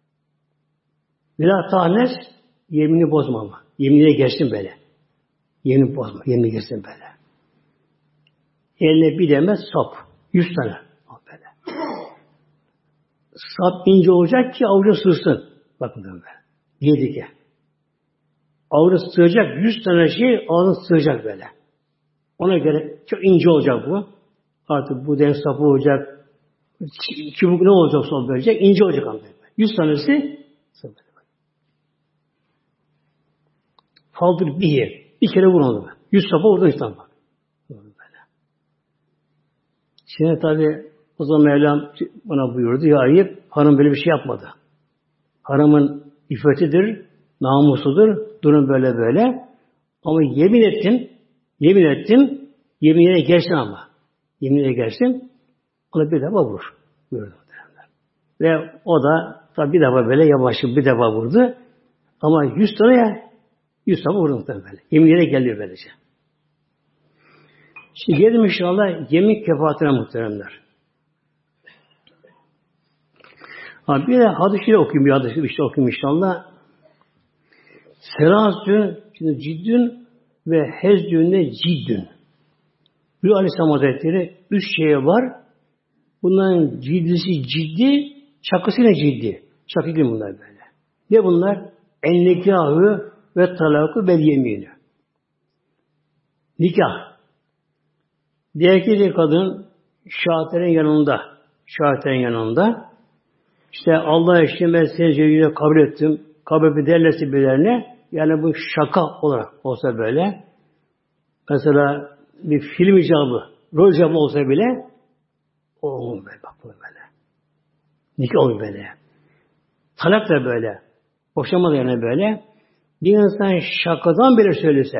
Bila tanes yemini bozma ama. Yeminine geçsin böyle. Yeminini bozma. Yeminine geçsin böyle. Eline bir demet sap. 100 tane. Böyle. Sap ince olacak ki avucu sığsın. Bakın böyle. Yedi ki. Avucu sığacak. 100 tane şey ağzına sığacak böyle. Ona göre çok ince olacak bu. Artık bu den sapı olacak. Çubuk ne olacaksa olacak. İnce olacak ama. 100 tanesi faldır bir kere vur onu. 100 sapı oradan işte bak. Şimdi tabi o zaman Mevlam bana buyurdu. Ya Eyüp hanım böyle bir şey yapmadı. Hanımın iffetidir, namusudur. Durum böyle. Ama yemin ettin, yeminine gelsin ama. Yeminine gelsin, ona bir defa vur. Buyurdu. Ve o da tabi bir defa böyle yavaşça bir defa vurdu. Ama 100 tane ya, 100 tane vurdu böyle. Yeminine geliyor böylece. Şimdi geldim inşallah yemin kefaatine muhteremler. Bir de hadis-i okuyayım, bir hadis-i işte okuyayım inşallah. Serasü, şimdi ciddün ve hezdünle ciddün. Bir Aleyhisselam Hazretleri 3 şeye var. Bunların ciddisi ciddi, çakısı ne ciddi? Çakı gibi bunlar böyle. Ne bunlar? En-nikâhü ve talâkü vel yemînü. Nikah. Diğer ki kadın şahitlerin yanında işte Allah için ben seni zevcine kabul ettim. Kabul ederlerse birilerine yani bu şaka olarak olsa böyle mesela bir film icabı, rol icabı olsa bile olmuyor böyle. Bak böyle. Nikah olmuyor böyle. Talak da böyle. Boşanma da yani böyle. Bir insan şakadan bile söylese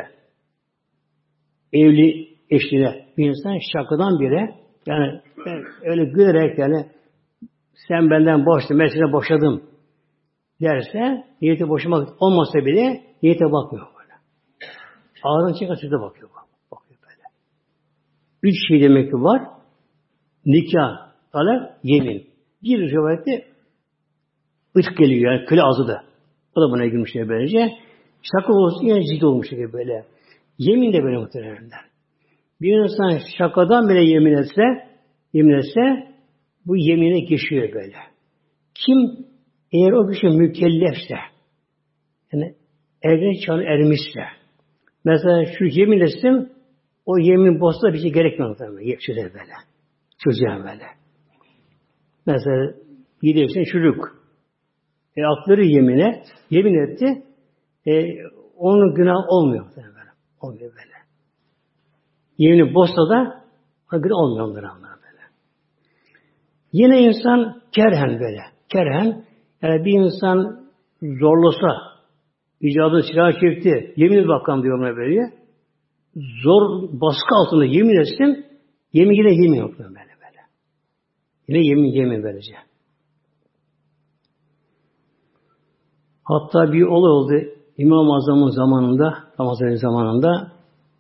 evli eşine bir insan şakadan bile yani öyle gülerek yani sen benden boştun, ben seni boşadım. derse, niyeti boşamak olmasa bile niyete bakmıyor böyle. Ağzını çıkan sözde bakıyor. Bakıyor böyle. 3 şey demek ki var. Nikah, talak, yemin. Bir rivayette ırk geliyor yani köle azı da. O da buna girmiş böylece. Şaka olsun yani ciddi olmuş gibi böyle. Yemin de böyle muhtemelen. Bir insan şakadan bile yemin etse bu yemine geçiyor böyle. Kim eğer o kişi mükellefse yani ergenlik çağına ermişse mesela şu yemin etsin o yemin bozsa bir şey gerekmiyor muhtemelen. Yetişir böyle. Çocuğa böyle. Mesela gidiyorsun çocuk akları yemin etti onun günah olmuyor böyle. Olmuyor böyle. Yemini bozsa da ona günah olmuyor onlara böyle. Yine insan kerhen böyle. Kerhen yani bir insan zorlasa icabını silah çekti yemin et bakalım diyor ona böyle. Zor baskı altında yemin etsin yemin yine yemin yok böyle. Yine yemin böylece. Hatta bir olay oldu İmam-ı Azam'ın zamanında, Ramazan'ın zamanında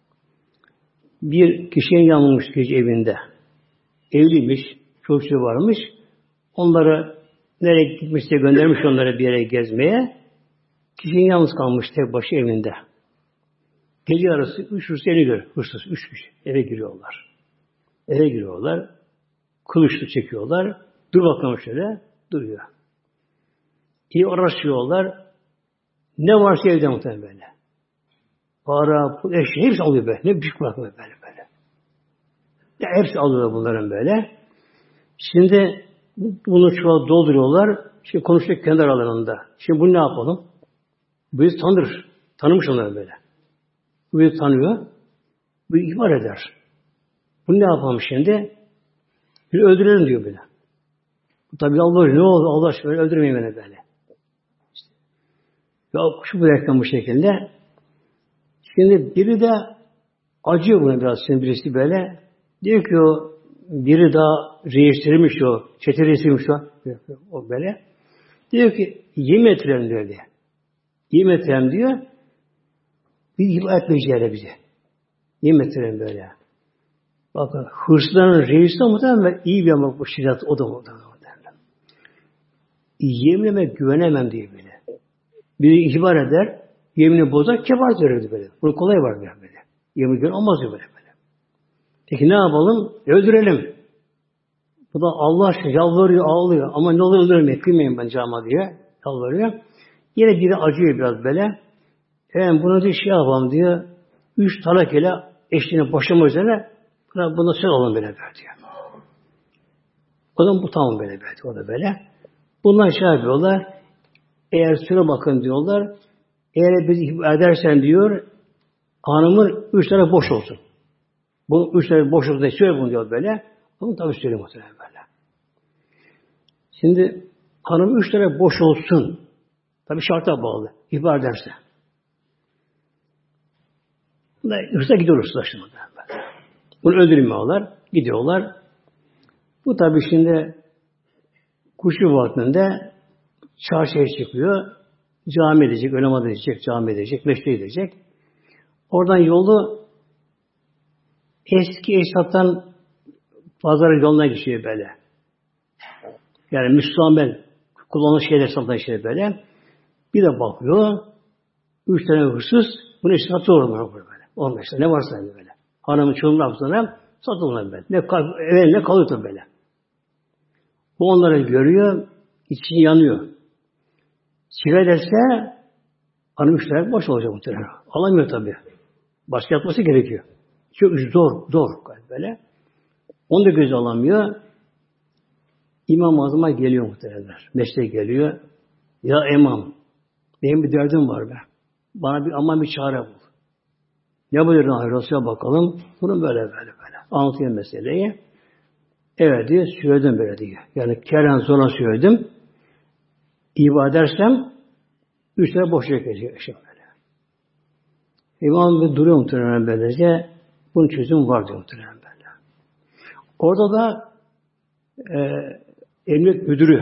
bir kişinin yanılmış gece evinde. Evliymiş, çocuğu varmış. Onları nereye gitmişse göndermiş onları bir yere gezmeye. Kişinin yalnız kalmış tek başı evinde. Gece arası 3 hırsız geliyor. Hırsız 3 kişi eve giriyorlar. Eve giriyorlar. Kılıçlı çekiyorlar. Dur bakalım şöyle. Duruyor. İyi araştırıyorlar. Ne varsa evde muhtemelen böyle. Para, pul, eşya hepsi alıyor böyle. Ne büyük bırakmıyor böyle. Ya hepsi alıyor bunların böyle. Şimdi bunu çuvala dolduruyorlar. Şimdi konuşuyor kendi aralarında. Şimdi bunu ne yapalım? Bu bizi tanır. Tanımış onları böyle. Bu bizi tanıyor. Bu ihbar eder. Bunu ne yapalım şimdi? Bir öldürelim diyor böyle. Tabii Allah ne oldu? Allah aşkına öldürmeyin beni böyle. İşte. Ya şu bırakın bu şekilde. Şimdi biri de acıyor buna biraz. Şimdi birisi böyle. Diyor ki o biri daha reistirmiş o. Çete reistirmiş o böyle. Diyor ki yemin ettirelim diyor diye. Yemin ettirelim diyor. Bir ihbar etmeyeceğiyle bize. Yemin ettirelim böyle. Bakın hırsların reisi muhtemelen iyi bir ama bu şiddet o da muhtemelen. Yeminime güvenemem diye böyle. Biri ihbar eder, yemini bozar, kebar verirdi böyle. Bunu kolay var böyle. Yemin güven olmaz diyor böyle. Peki ne yapalım? Öldürelim. Bu da Allah aşkına yalvarıyor, ağlıyor. Ama ne olur öldürmeyin, kıymayın ben cama diye. Yalvarıyor. Yine biri acıyor biraz böyle. Bunu diye şey yapalım diyor. 3 talak ile eşliğine boşanma üzerine buna söz alın böyle diyor. O da bu tamam böyle. O da böyle. Bunlar şey yapıyorlar. Eğer süre bakın diyorlar. Eğer bizi ihbar edersen diyor hanımın 3 tane boş olsun. Bu 3 tane boş olsun diye söyle bunu diyor böyle. Bunu tabii söyleyeyim muhtemelen böyle. Şimdi hanım 3 tane boş olsun. Tabii şarta bağlı. İhbar ederse. Hırsa gidiyor hırslaştı. Bunu öldürmüyorlar. Gidiyorlar. Bu tabii şimdi kuşu vaktinde çarşıya çıkıyor. Cami edecek, namaz edecek, cami edecek, meşre edecek. Oradan yolu eski esnaftan pazarın yoluna geçiyor böyle. Yani Müslüman kullanılan şeyler satan şey böyle. Bir de bakıyor. 3 tane hırsız bunu işte satıyorlar böyle. 15 tane ne varsa böyle. Hanımın çoğunun hapsına satıyorlar böyle. Ne kalıyor böyle. Bu onları görüyor. İçi yanıyor. Silah ederse hanım 3 tane boş olacak muhtemelen. Alamıyor tabii. Başka yapması gerekiyor. Çok zor böyle. Onu da göze alamıyor. İmam-ı Azam'a geliyor muhtemelenler. Meşte geliyor. Ya imam, benim bir derdim var be. Bana aman bir çare bul. Ne buyurun Resulü'ye bakalım. Bunu böyle. Anlatıyor meseleyi. Evet diyor, söyledim böyle diyor. Yani keren sonra söyledim. İbadet edersem 3 tane boşluk geçiyor böyle. İmam bir duruyor muhtemelen böylece. Bunun çözümü var diyor muhtemelen böyle. Orada da emniyet müdürü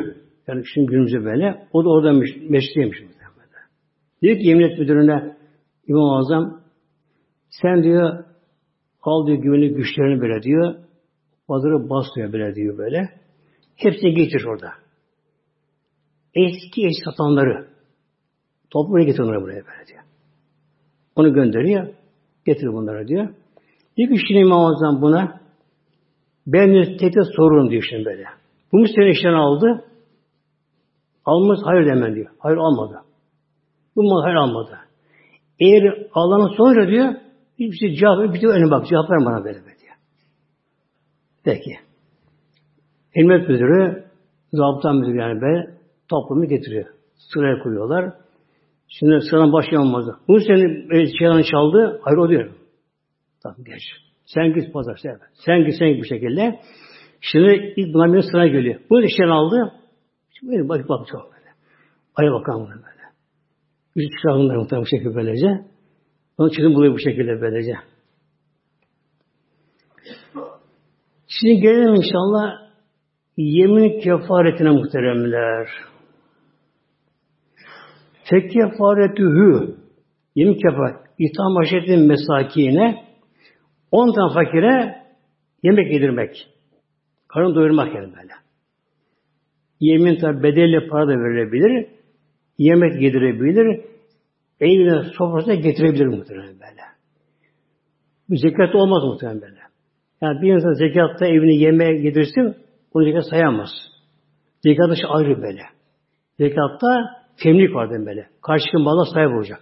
Yani şimdi günümüzde böyle. O da orada meşriymiş. Diyor ki Emniyet Müdürü'ne İmam-ı Azam sen diyor al diyor güvenlik güçlerini böyle diyor. Pazarı basıyor böyle diyor böyle. Hepsini getir orada. Eski eş satanları toplumuna getir onları buraya böyle diyor. Onu gönderiyor. Getir bunları diyor. Diyor ki şimdi İmam Azam buna ben tek sorun diyor şimdi böyle. Bu müşteri işten aldı. Almaz hayır demen diyor. Hayır almadı. Bu mal hayır almadı. Eğer Allah'ın sonra diyor hiçbir şey cevap bir de önüne bak. Cevap ver bana böyle diyor. Peki. Emniyet Müdürü zabıta müdürü yani böyle toplumu getiriyor. Sıraya koyuyorlar. Şimdi sıradan başlayamaz. Bu senin şeyden çaldı. Hayır o diyor. Tamam geç. Sen git pazar. Sen git bir şekilde. Şimdi ilk bunlar bir sıraya geliyor. Bu işten aldı. Şimdi bak çok böyle. Aya bakalım buna böyle. Üç çıkarımlar muhtemelen bu şekilde böylece. Onun için buluyor bu şekilde böylece. Şimdi gelelim inşallah yemin kefaretine muhteremler. Fekkefaretühü yemin kefaret. İtham aşetin mesakine 10 tane fakire yemek yedirmek. Karın doyurmak yani böyle. Yemin tabi bedelli para da verilebilir. Yemek yedirebilir. Evine sofrasına getirebilir muhtemelen böyle. Bu zekat olmaz muhtemelen böyle. Yani bir insan zekatta evini yemeğe yedirsin, onu zekat sayamaz. Zekat dışı ayrı böyle. Zekatta temlik vardır böyle. Karşılıklı mala sahip olacak.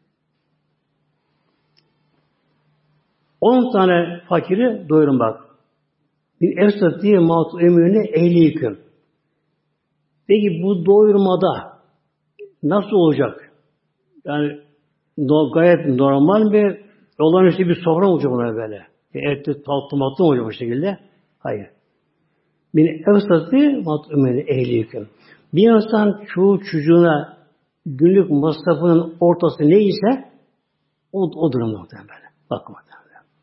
10 tane fakiri doyurun bak. Bir efsat diye mağdur emrine ehliyüküm. Peki bu doyurmada nasıl olacak? Yani gayet normal bir olağanüstü bir sofra mı olacak buna böyle? Etli, tatlı, matlı mı olacak bu şekilde? Hayır. Bir efsat diye mağdur emrine ehliyüküm. Bir insan çocuğuna günlük masrafının ortası neyse o durumda muhtemelen böyle. Bakın muhtemelen.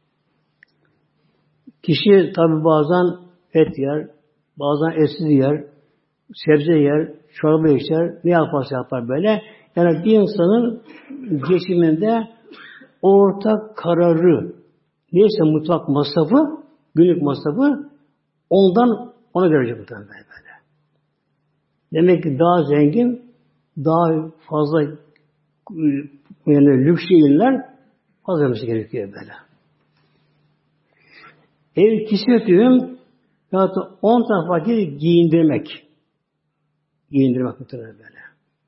Kişi tabi bazen et yer, bazen etsiz yer, sebze yer, çorba içer, ne yaparsa yapar böyle. Yani bir insanın geçiminde ortak kararı neyse mutlak masrafı, günlük masrafı ondan ona verecek muhtemelen böyle. Demek ki daha zengin, daha fazla yani lüks ürünler fazla olması gerekiyor böyle. Ev kisvetüğüm ya da 10 tane fakir giyindirmek. Giyindirmek muhtemelen böyle.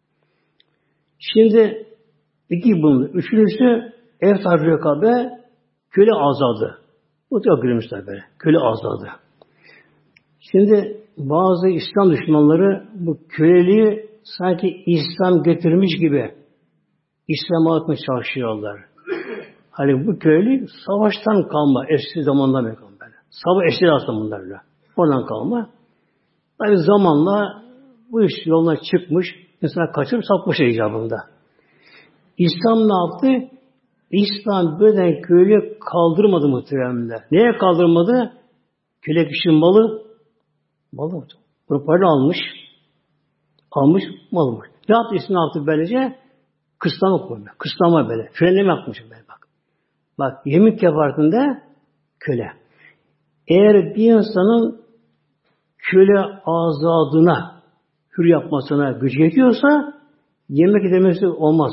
Şimdi iki bunun. Üçüncüsü eftar rekabe köle azadı. Bu da gülmüşler böyle. Köle azadı. Şimdi bazı İslam düşmanları bu köleliği sanki İslam getirmiş gibi İslam'a atmaya çalışıyorlar. Hani bu kölelik savaştan kalma. Eski zamandan beri kalma. Savaş esiri aslında bunlar öyle. Oradan kalma. Tabi zamanla bu iş yoluna çıkmış. Mesela kaçırıp satmış icabında. İslam ne yaptı? İslam böyle kölelik kaldırmadı muhtemelen. Neye kaldırmadı? Köle kişinin malı. Malı. Bunu para almış. Almış, mal almış. Ne yaptı İslam ne yaptı böylece? Kısıtlama koymuyor. Kısıtlama böyle. Frenleme yapmış böyle bak. Bak yemin kefaretinde köle. Eğer bir insanın köle azadına hür yapmasına gücü yetiyorsa yemek edemesi olmaz.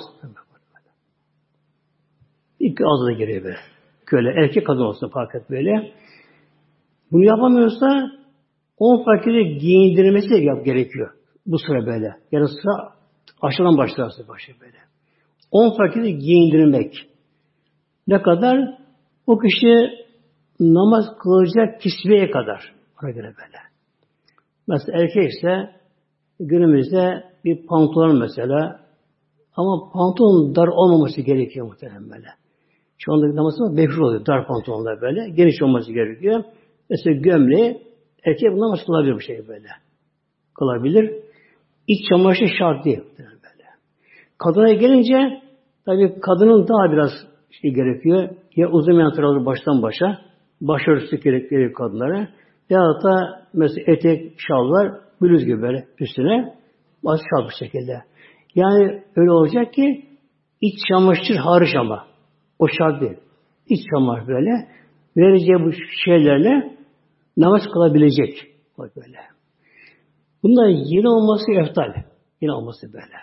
İlk azada giriyor böyle. Köle, erkek kadın olsa fark et böyle. Bunu yapamıyorsa 10 fakiri giyindirmesi de gerekiyor. Bu sıra böyle. Yani sıra aşağıdan başlarsa böyle. 10 fakiri giyindirmek. Ne kadar? O kişi namaz kılacak kisveye kadar. Ona göre böyle. Mesela erkek ise günümüzde bir pantolon mesela ama pantolon dar olmaması gerekiyor muhtemelen böyle. Şu anda namazda mekruh oluyor. Dar pantolonlar böyle. Geniş olması gerekiyor. Mesela gömleği erkek namaz kılabilir bir şey böyle. Kılabilir. İç çamaşır şart değil. Böyle. Kadına gelince tabii kadının daha biraz şey gerekiyor. Ya uzun yantıralı baştan başa başörtüsü gerekiyor kadınlara. Ya da mesela etek, şalvar bluz gibi böyle üstüne baş kalmış şekilde. Yani öyle olacak ki iç çamaşır hariç ama. O şart değil. İç çamaşır böyle. Vereceği bu şeylerle namaz kılabilecek. Bak böyle. Bunlar yeni olması eftal. Yeni olması böyle.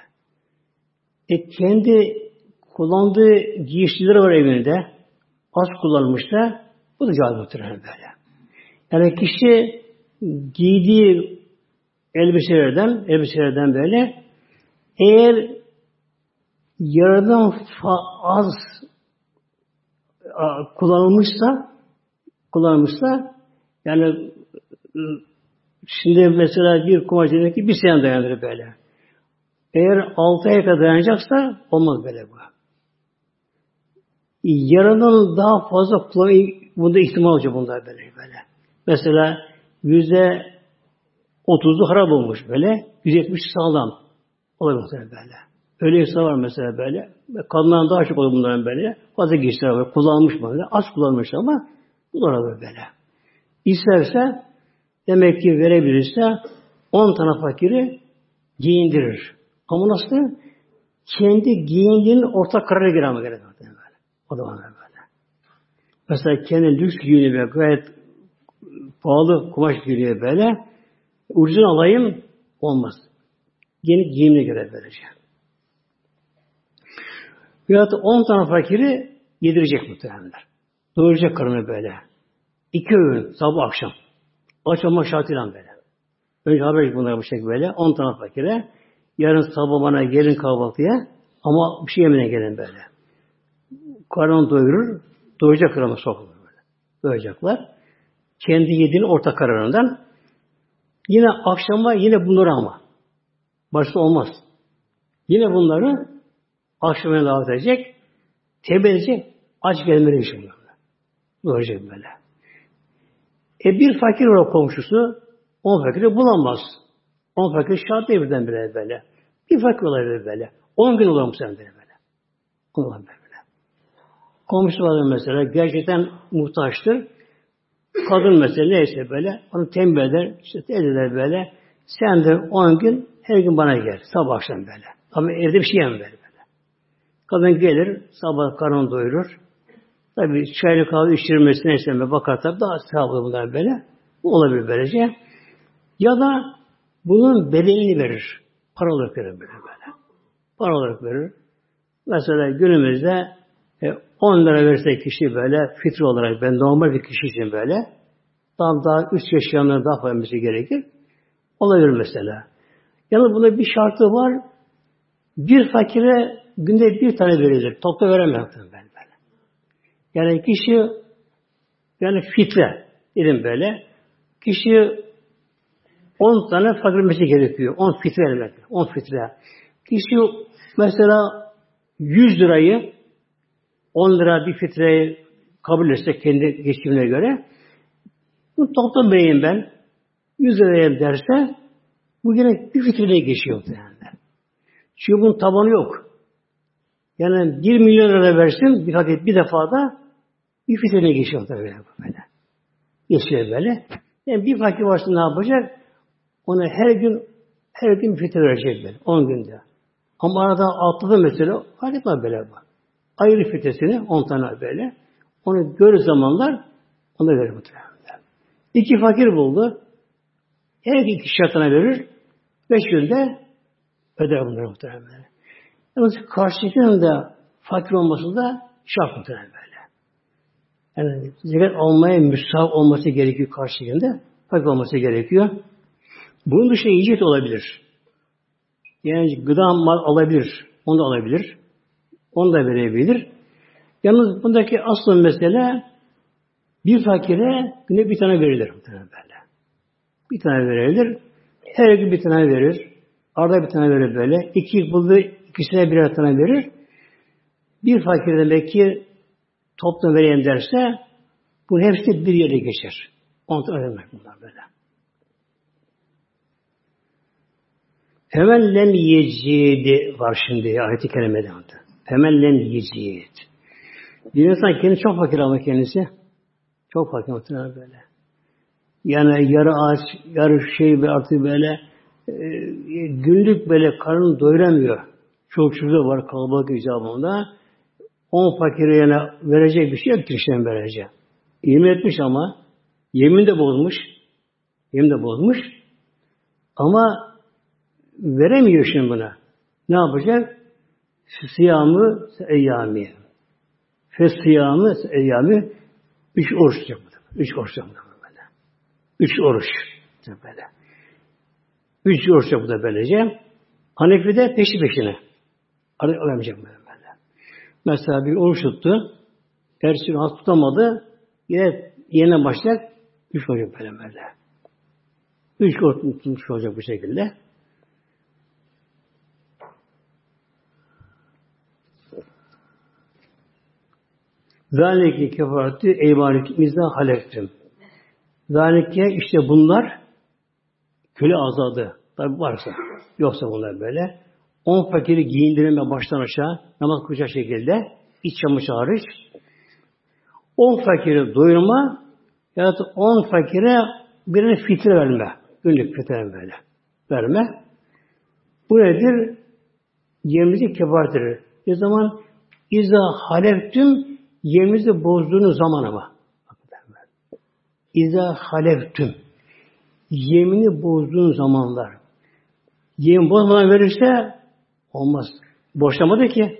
Kendi kullandığı giysileri var evinde. Az kullanmış da bu da caiz muhtemelen böyle. Yani kişi giydiği elbiselerden böyle eğer yaradan az kullanılmışsa yani şimdi mesela bir kumaş demek ki bir sene dayanır böyle. Eğer 6 aya kadar dayanacaksa olmaz böyle bu. Yaradan daha fazla bunda ihtimal olacak bunlar böyle. Mesela %30'u harap olmuş böyle. %70 sağlam. Olabilir böyle. Öyle insan var mesela böyle. Kadınların daha çok olur bunların böyle. Fazla giysiler var. Kullanmış böyle. Az kullanmış ama bunlar böyle. İsterse demek ki verebilirse 10 tane fakiri giyindirir. Ama nasıl? Kendi giyindiğinin ortak kararı girer böyle. O da böyle. Mesela kendi lüks giyiniyor gayet pahalı kumaş giyiniyor böyle. Ucuzunu alayım olmaz. Yeni giyimine göre böylece. Veyahut da 10 tane fakiri yedirecek muhtemelenler. Doyuracak karını böyle. 2 öğün, sabah akşam. Akşam şartıyla böyle. Önce haber bunlar bu şekilde böyle. 10 tane fakire. Yarın sabah bana gelin kahvaltıya. Ama bir şey yemine gelin böyle. Karnını doyurur. Doyuracak karını sokulur böyle. Doyuracaklar. Kendi yediğinin ortak kararından. Yine akşama yine bunları ama. Başta olmaz. Yine bunları akşamına davet edecek. Tevbe edecek. Aç gelmeli bir şey. Doyuracak böyle. Bir fakir olarak komşusu 10 fakiri bulamaz. 10 fakir şart değil birdenbire böyle. Bir fakir olabilir böyle. 10 gün olur mu sen böyle? Olabilir böyle. Komşusu var mesela gerçekten muhtaçtır. Kadın mesela neyse böyle onu tembih eder, işte eder böyle. Sen de 10 gün her gün bana gel. Sabah akşam böyle. Ama evde bir şey yemem böyle. Kadın gelir, sabah karnını doyurur. Tabii çaylı kahve içirmesine istemeye bakar tabii daha sağlıklı bunlar böyle. Bu olabilir böylece. Ya da bunun bedelini verir. Para olarak verir böyle. Para olarak verir. Mesela günümüzde 10 lira verse kişi böyle fitre olarak ben normal bir kişi için böyle daha 3 yaşayanların daha fazla gerekir. Olabilir mesela. Yalnız buna bir şartı var. Bir fakire günde bir tane verilir. Topla veremem ben. Yani kişi fitre dedim böyle. Kişi 10 tane fakir vermesi gerekiyor. 10 fitre vermek. 10 fitre. Kişi mesela 100 lirayı 10 lira bir fitreyi kabul etse kendi geçimine göre bu toplam vereyim ben 100 liraya derse bu yine bir fitreye geçiyor. Çünkü bunun tabanı yok. Yani 1 milyon lira versin bir defa da bir fitreye geçiyor böyle. Geçiyor böyle. Yani bir fakir varsa ne yapacak? Ona her gün bir fitre verecek böyle. 10 günde. Ama arada atladı mesela fark etmez böyle bu. Ayrı fitresini 10 tane böyle. Onu görür zamanlar ona verir muhtemelen. 2 fakir buldu. Her 2 şartına verir. 5 günde öder bunları muhtemelen. Yalnız karşıdakinin de fakir olması da şart muhtemelen böyle. Yani zekat almaya müsait olması gerekiyor karşıdakinde. Fakir olması gerekiyor. Bunun dışında yiyecek olabilir. Yani gıda mal alabilir. Onu da alabilir. Onu da verebilir. Yalnız bundaki asıl mesele bir fakire günde bir tane verilir. Böyle. Bir tane verilir. Her gün bir tane verir. Arada bir tane verir böyle. 2 buldu, ikisine birer tane verir. Bir fakir demek ki toplam vereyim derse bunun hepsi bir yere geçer. Onu da öğrenmek bunlar böyle. Hemen lem yecidi var şimdi ayet-i kerimede. Hemen lem yecid. Bir insan kendisi çok fakir ama kendisi. Çok fakir muhtemelen böyle. Yani yarı aç, yarı şey ve artık böyle günlük böyle karnını doyuramıyor. Çok çocuğu var kalabalık icabında. 10 fakire yani verecek bir şey yok kişiden verecek. Yemin etmiş ama yemin de bozmuş. Yemin de bozmuş. Ama veremiyor şimdi buna. Ne yapacak? Siyamı eyyami. Fesiyamı eyyami. 3 oruç tutacak. 3 oruç tutacak böyle. 3 oruç tutacak böyle. 3 oruç tutacak bu da böylece. Hanefi de peşi peşine. Artık alamayacak böyle. Mesela bir oruç tuttu. Ertesi gün tutamadı. Yine yeniden başlayacak. 3 olacak böyle. 3 oruç tutmuş olacak bu şekilde. Zalike kefaretü eymaniki mizah halektim. Zalike işte bunlar köle azadı. Tabi varsa. Yoksa bunlar böyle. 10 fakiri giyindirme baştan aşağı namaz kılacak şekilde iç çamaşırı hariç. 10 fakiri doyurma ya da 10 fakire birine fitre verme. Günlük fitre böyle. Verme. Bu nedir? Yeminizi kefaretidir. Ne zaman? İza haleftim yeminizi bozduğunuz zaman ama. İza haleftim. Yemini bozduğun zamanlar. Yemin bozmadan verirse olmaz. Boşlamadı ki.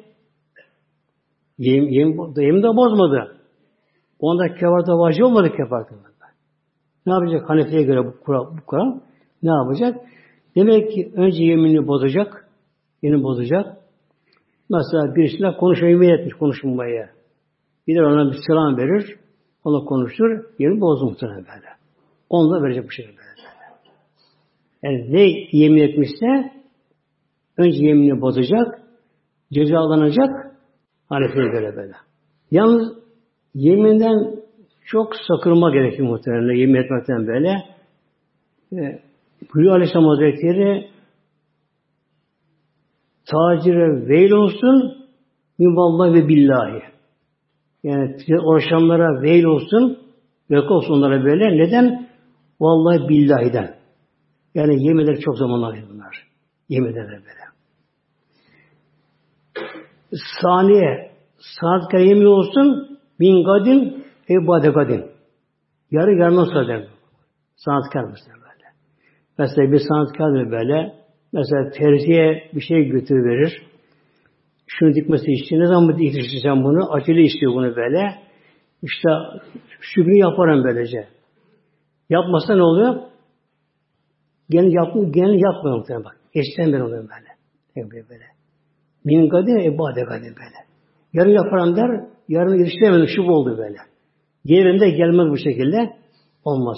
Yemin de bozmadı. Onda kefarete vacip olmadı kefarete. Ne yapacak Hanefi'ye göre bu Kur'an? Ne yapacak? Demek ki önce yeminini bozacak. Yeminini bozacak. Mesela birisiyle konuşmayı yemin etmiş konuşmaya. Bir de ona bir selam verir. Onunla konuşur. Yemin bozdu muhtemelen böyle. Onu da verecek bu şekilde. Yani ne yemin etmişse önce yeminini bozacak. Cezalanacak. Hanefi'ye göre böyle. Yalnız yeminden çok sakınma gerekiyor muhtemelen. Yemin etmekten böyle. Buyuruyor Aleyhisselam Hazretleri tacire veil olsun min vallahi ve billahi. Yani uğraşanlara veil olsun yok olsun onlara böyle. Neden? Vallahi billahiden. Yani yeminler çok zaman alıyor bunlar. Yeminler böyle. Saniye saat yemin olsun bin gadin ebade gadin. Yarı yarına söyler. Sanatkar mesela böyle. Mesela bir sanatkar böyle. Mesela terziye bir şey götürüverir. Şunu dikmesi için ne zaman diktireceğim bunu? Acele istiyor bunu böyle. İşte şu günü yaparım böylece. Yapmasa ne oluyor? Gene yapmıyor muhtemelen bak. Geçten ben oluyorum böyle. Min gadin ebade gadin böyle. Yarın yaparım der, yarın yetiştiremedim şu oldu böyle. Yerinde gelmez bu şekilde. Olmaz.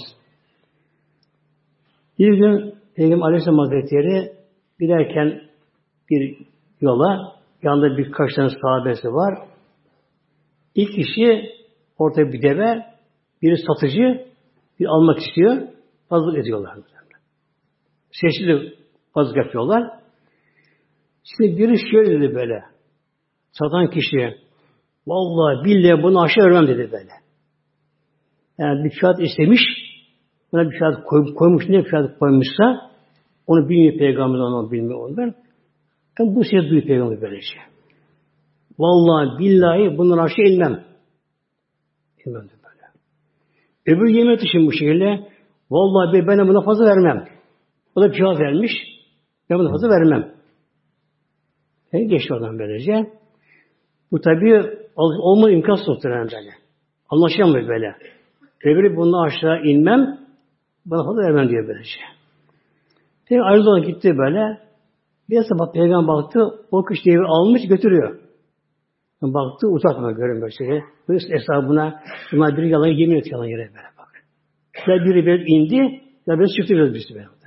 Bir gün Peygamber Aleyhisselam Hazretleri giderken bir yola yanında birkaç tane sahabesi var. İlk kişi ortaya bir deve, biri satıcı, bir almak istiyor. Pazarlık ediyorlar. Seçili pazarlık yapıyorlar. Şimdi biri şöyle dedi böyle. Satan kişi vallahi billahi bunu aşağı vermem dedi böyle. Yani bir kağıt istemiş, buna bir kağıt koymuş, ne bir kağıt koymuşsa onu bilmiyor Peygamber, onu bilmiyor onu ben. Ben bu sesi duyuyor Peygamber böylece. Vallahi billahi bundan aşağı inmem. İnmem de böyle. Öbür yemek için bu şekilde vallahi ben buna fazla vermem. O da bir kağıt vermiş. Ben buna fazla vermem. Yani geçti oradan böylece. Bu tabi olma imkansız muhtemelen böyle. Anlaşamıyor böyle. Öbürü bundan aşağı inmem, bana fazla vermem diyor böylece. Peygamber ayrılığına gitti böyle. Bir sabah Peygamber baktı, o kış devi almış götürüyor. Baktı, uzatma görün böyle şey. Böyle hesabına, bunlar biri yalan yemin et yalan yere böyle bak. Ya biri böyle indi, ya böyle çıktı biraz birisi böyle.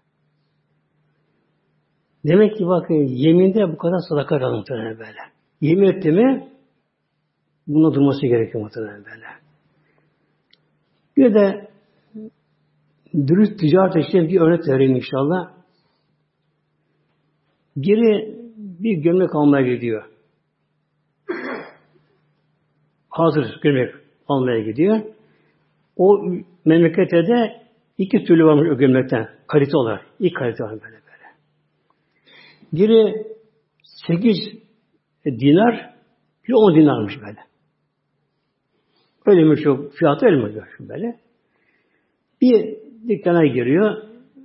Demek ki bakın yeminde bu kadar sadaka kalır muhtemelen böyle. Yemin etti mi buna durması gerekiyor muhtemelen böyle. Bir de dürüst ticaret için bir örnek vereyim inşallah. Biri bir gömlek almaya gidiyor. Hazır gömlek almaya gidiyor. O memlekete de İki türlü varmış o gömlekten. Kalite olarak. İlk kalite var böyle. Biri 8 dinar, bir 10 dinarmış böyle. Öyle mi çok fiyatı öyle mi böyle? Bir dükkana giriyor.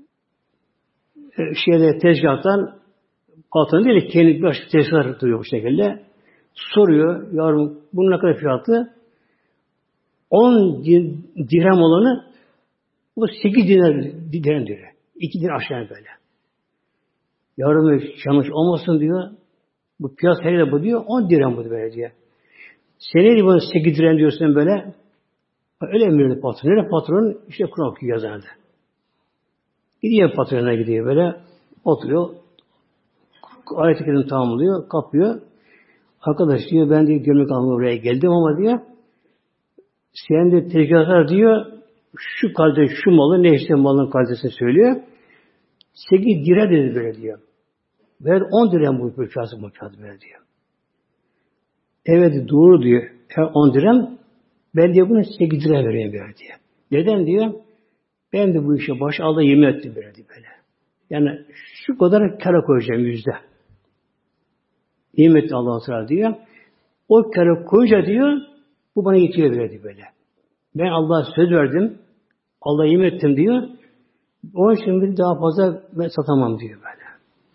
Tezgahtan patron değil, kendi başka tezgahlar duyuyor bu şekilde. Soruyor, yavrum bunun ne kadar fiyatı? 10 dirhem olanı bu 8 dirhem diyor. 2 dinar aşağı böyle. Yavrum yanlış olmasın diyor. Bu piyasa herhalde bu diyor. 10 dirhem bu böyle diyor. Seneye bunu 8 dirhem diyorsun böyle. Öyle emrediyor patron. Nerede patron? İşte Kur'an okuyor yazardı. Gidiyor patronuna gidiyor böyle. Oturuyor. Ayet-i Kerim tamamlıyor. Kapıyor. Arkadaş diyor ben diyor gömlek almaya oraya geldim ama diyor sen de tezgahlar diyor şu kalite şu malı ne işte malın kalitesini söylüyor. 8 dirhem dedi böyle diyor. Ve 10 dirhem bu fiyatı böyle diyor. Evet doğru diyor. Her 10 dirhem ben diyor bunu 8 dirhem vereyim böyle diyor. Neden diyor? Ben de bu işe baş alda yemin ettim böyle diyor böyle. Yani şu kadar kâra koyacağım %. Yemin etti Allah-u Teala diyor. O kâra koyunca diyor bu bana yetiyor böyle diyor böyle. Ben Allah'a söz verdim. Allah'a yemin ettim diyor. Onun için bir daha fazla ben satamam diyor böyle.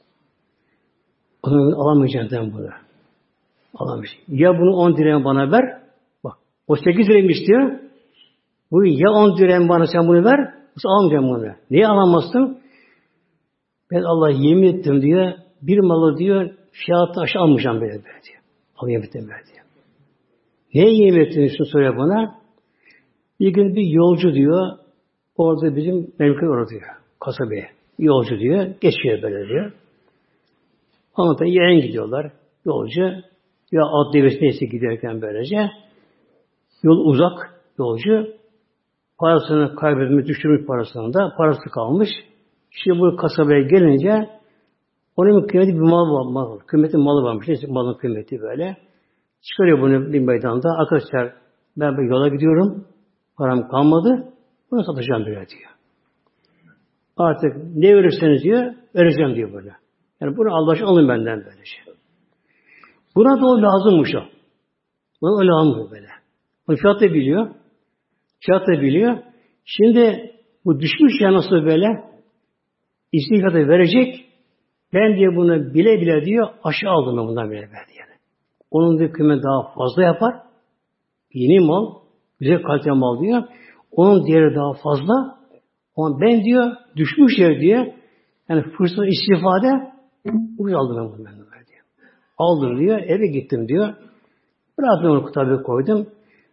Onu alamayacağım ben bunu. Alamayacağım. Ya bunu 10 dirhem bana ver. Bak o 8 dirhemmiş diyor. Bu ya 10 dirhem bana sen bunu ver. Yoksa almayacağım bunu. Niye alamazsın? Ben Allah'a yemin ettim diyor. Bir malı diyor fiyatı aşağı almayacağım böyle diyor. Allah'a yemin ettim böyle diyor. Neye yemin ettiğini şunu soruyor bana. Bir gün bir yolcu diyor. Orada bizim memleket orada diyor. Kasabaya. Yolcu diyor. Geçiyor böyle diyor. Anlatan yayın gidiyorlar. Yolcu ya at devesi neyse giderken böylece yol uzak yolcu parasını kaybetmiş, düşürmüş parasını da parası kalmış. Şimdi bu kasabaya gelince onun kıymeti bir mal. Kıymeti malı varmış. Neyse malın kıymeti böyle. Çıkarıyor bunu bir meydanda. Arkadaşlar ben bir yola gidiyorum. Param kalmadı. Bunu satacağım böyle diyor. Artık ne verirseniz diyor, vereceğim diyor böyle. Yani bunu Allah aşkına alın benden böyle şey. Buna da o lazımmış o. Buna o lazım böyle. Bunu fiyat da biliyor. Fiyat da biliyor. Şimdi bu düşmüş ya nasıl böyle istikatı verecek. Ben diye bunu bile bile diyor aşağı aldım ben bundan bile verdi yani. Onun bir kıymet daha fazla yapar. Yeni mal, güzel kalite mal diyor. Onun değeri daha fazla. Ama ben diyor düşmüş yer diye yani fırsat istifade ucuz aldım ben bunu diyor. Aldım diyor, eve gittim diyor. Bıraktım onu tabi koydum.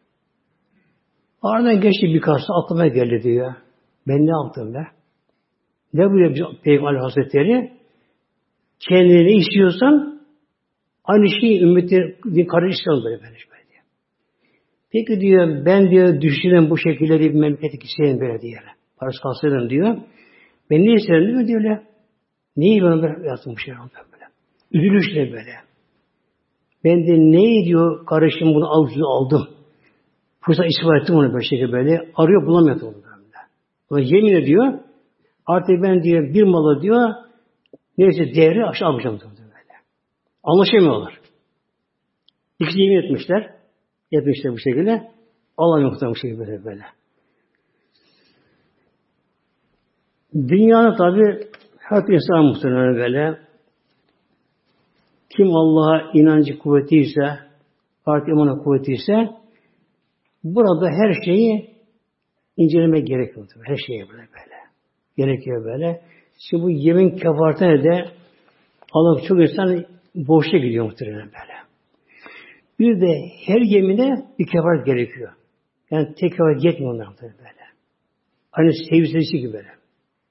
Aradan geçti birkaç saat aklıma geldi diyor. Ben ne yaptım be? Ne buyuruyor Peygamber Hazretleri? Kendine ne istiyorsan aynı şeyi ümmeti kardeş istiyorsun böyle diyor. Peki diyor ben diyor düşünün bu şekilde bir memleketi isteyen böyle diyor. Parası kalsaydım diyor. Ben ne isterim diyor öyle. Neyi ben böyle yaptım bu şey böyle. Üzülüşle böyle. Ben de ne diyor kardeşim bunu aldım. Fırsat ispat ettim onu böyle şekilde böyle. Arıyor bulamıyor onu böyle. Ona yemin ediyor. Artık ben diyor bir malı diyor neyse değeri aşağı almayacağım diyor böyle. Anlaşamıyorlar. İkisi yemin etmişler. Yapmışlar bu şekilde. Alamıyor bu şekilde böyle. Dünyanın tabi her insan muhtemelen böyle. Kim Allah'a inancı kuvvetiyse, artık imana kuvvetiyse burada her şeyi incelemek gerekiyor. Her şeye böyle. Gerekiyor böyle. Şimdi bu yemin kefaretine de Allah çok insan boşta gidiyor muhtemelen böyle. Bir de her yemine bir kefaret gerekiyor. Yani tek kefaret yetmiyor ondan böyle. Aynı sevgisi gibi böyle.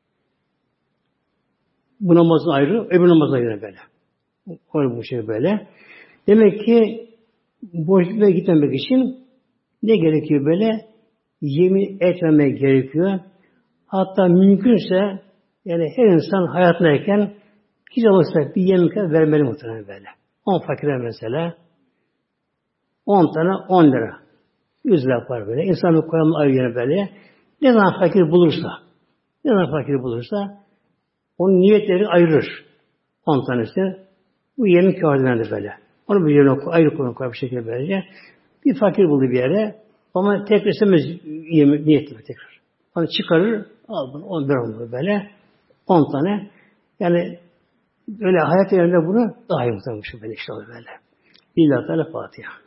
Bu namazın ayrı, öbür namazın ayrı böyle. Bu şey böyle. Demek ki boşluğa gitmemek için ne gerekiyor böyle? Yemin etmemek gerekiyor. Hatta mümkünse yani her insan hayatındayken hiç olursa bir yemin vermeli muhtemelen böyle. 10 fakire mesela 10 tane 10 lira. 100 lira yapar böyle. İnsanın koyalım ayrı böyle. Ne zaman fakir bulursa Ne zaman fakir bulursa onun niyetleri ayırır. 10 tanesi. Bu yemin kârdivendir böyle. Onu bir yerine ayrı koyar bir şekilde böylece. Bir fakir buldu bir yere. Ama tekrar istemez niyetli tekrar. Onu çıkarır. Al bunu. 11 olur böyle. 10 tane. Yani böyle hayat yerinde bunu daha iyi muhtemelen böyle işte olur böyle. İlla Teala Fatiha.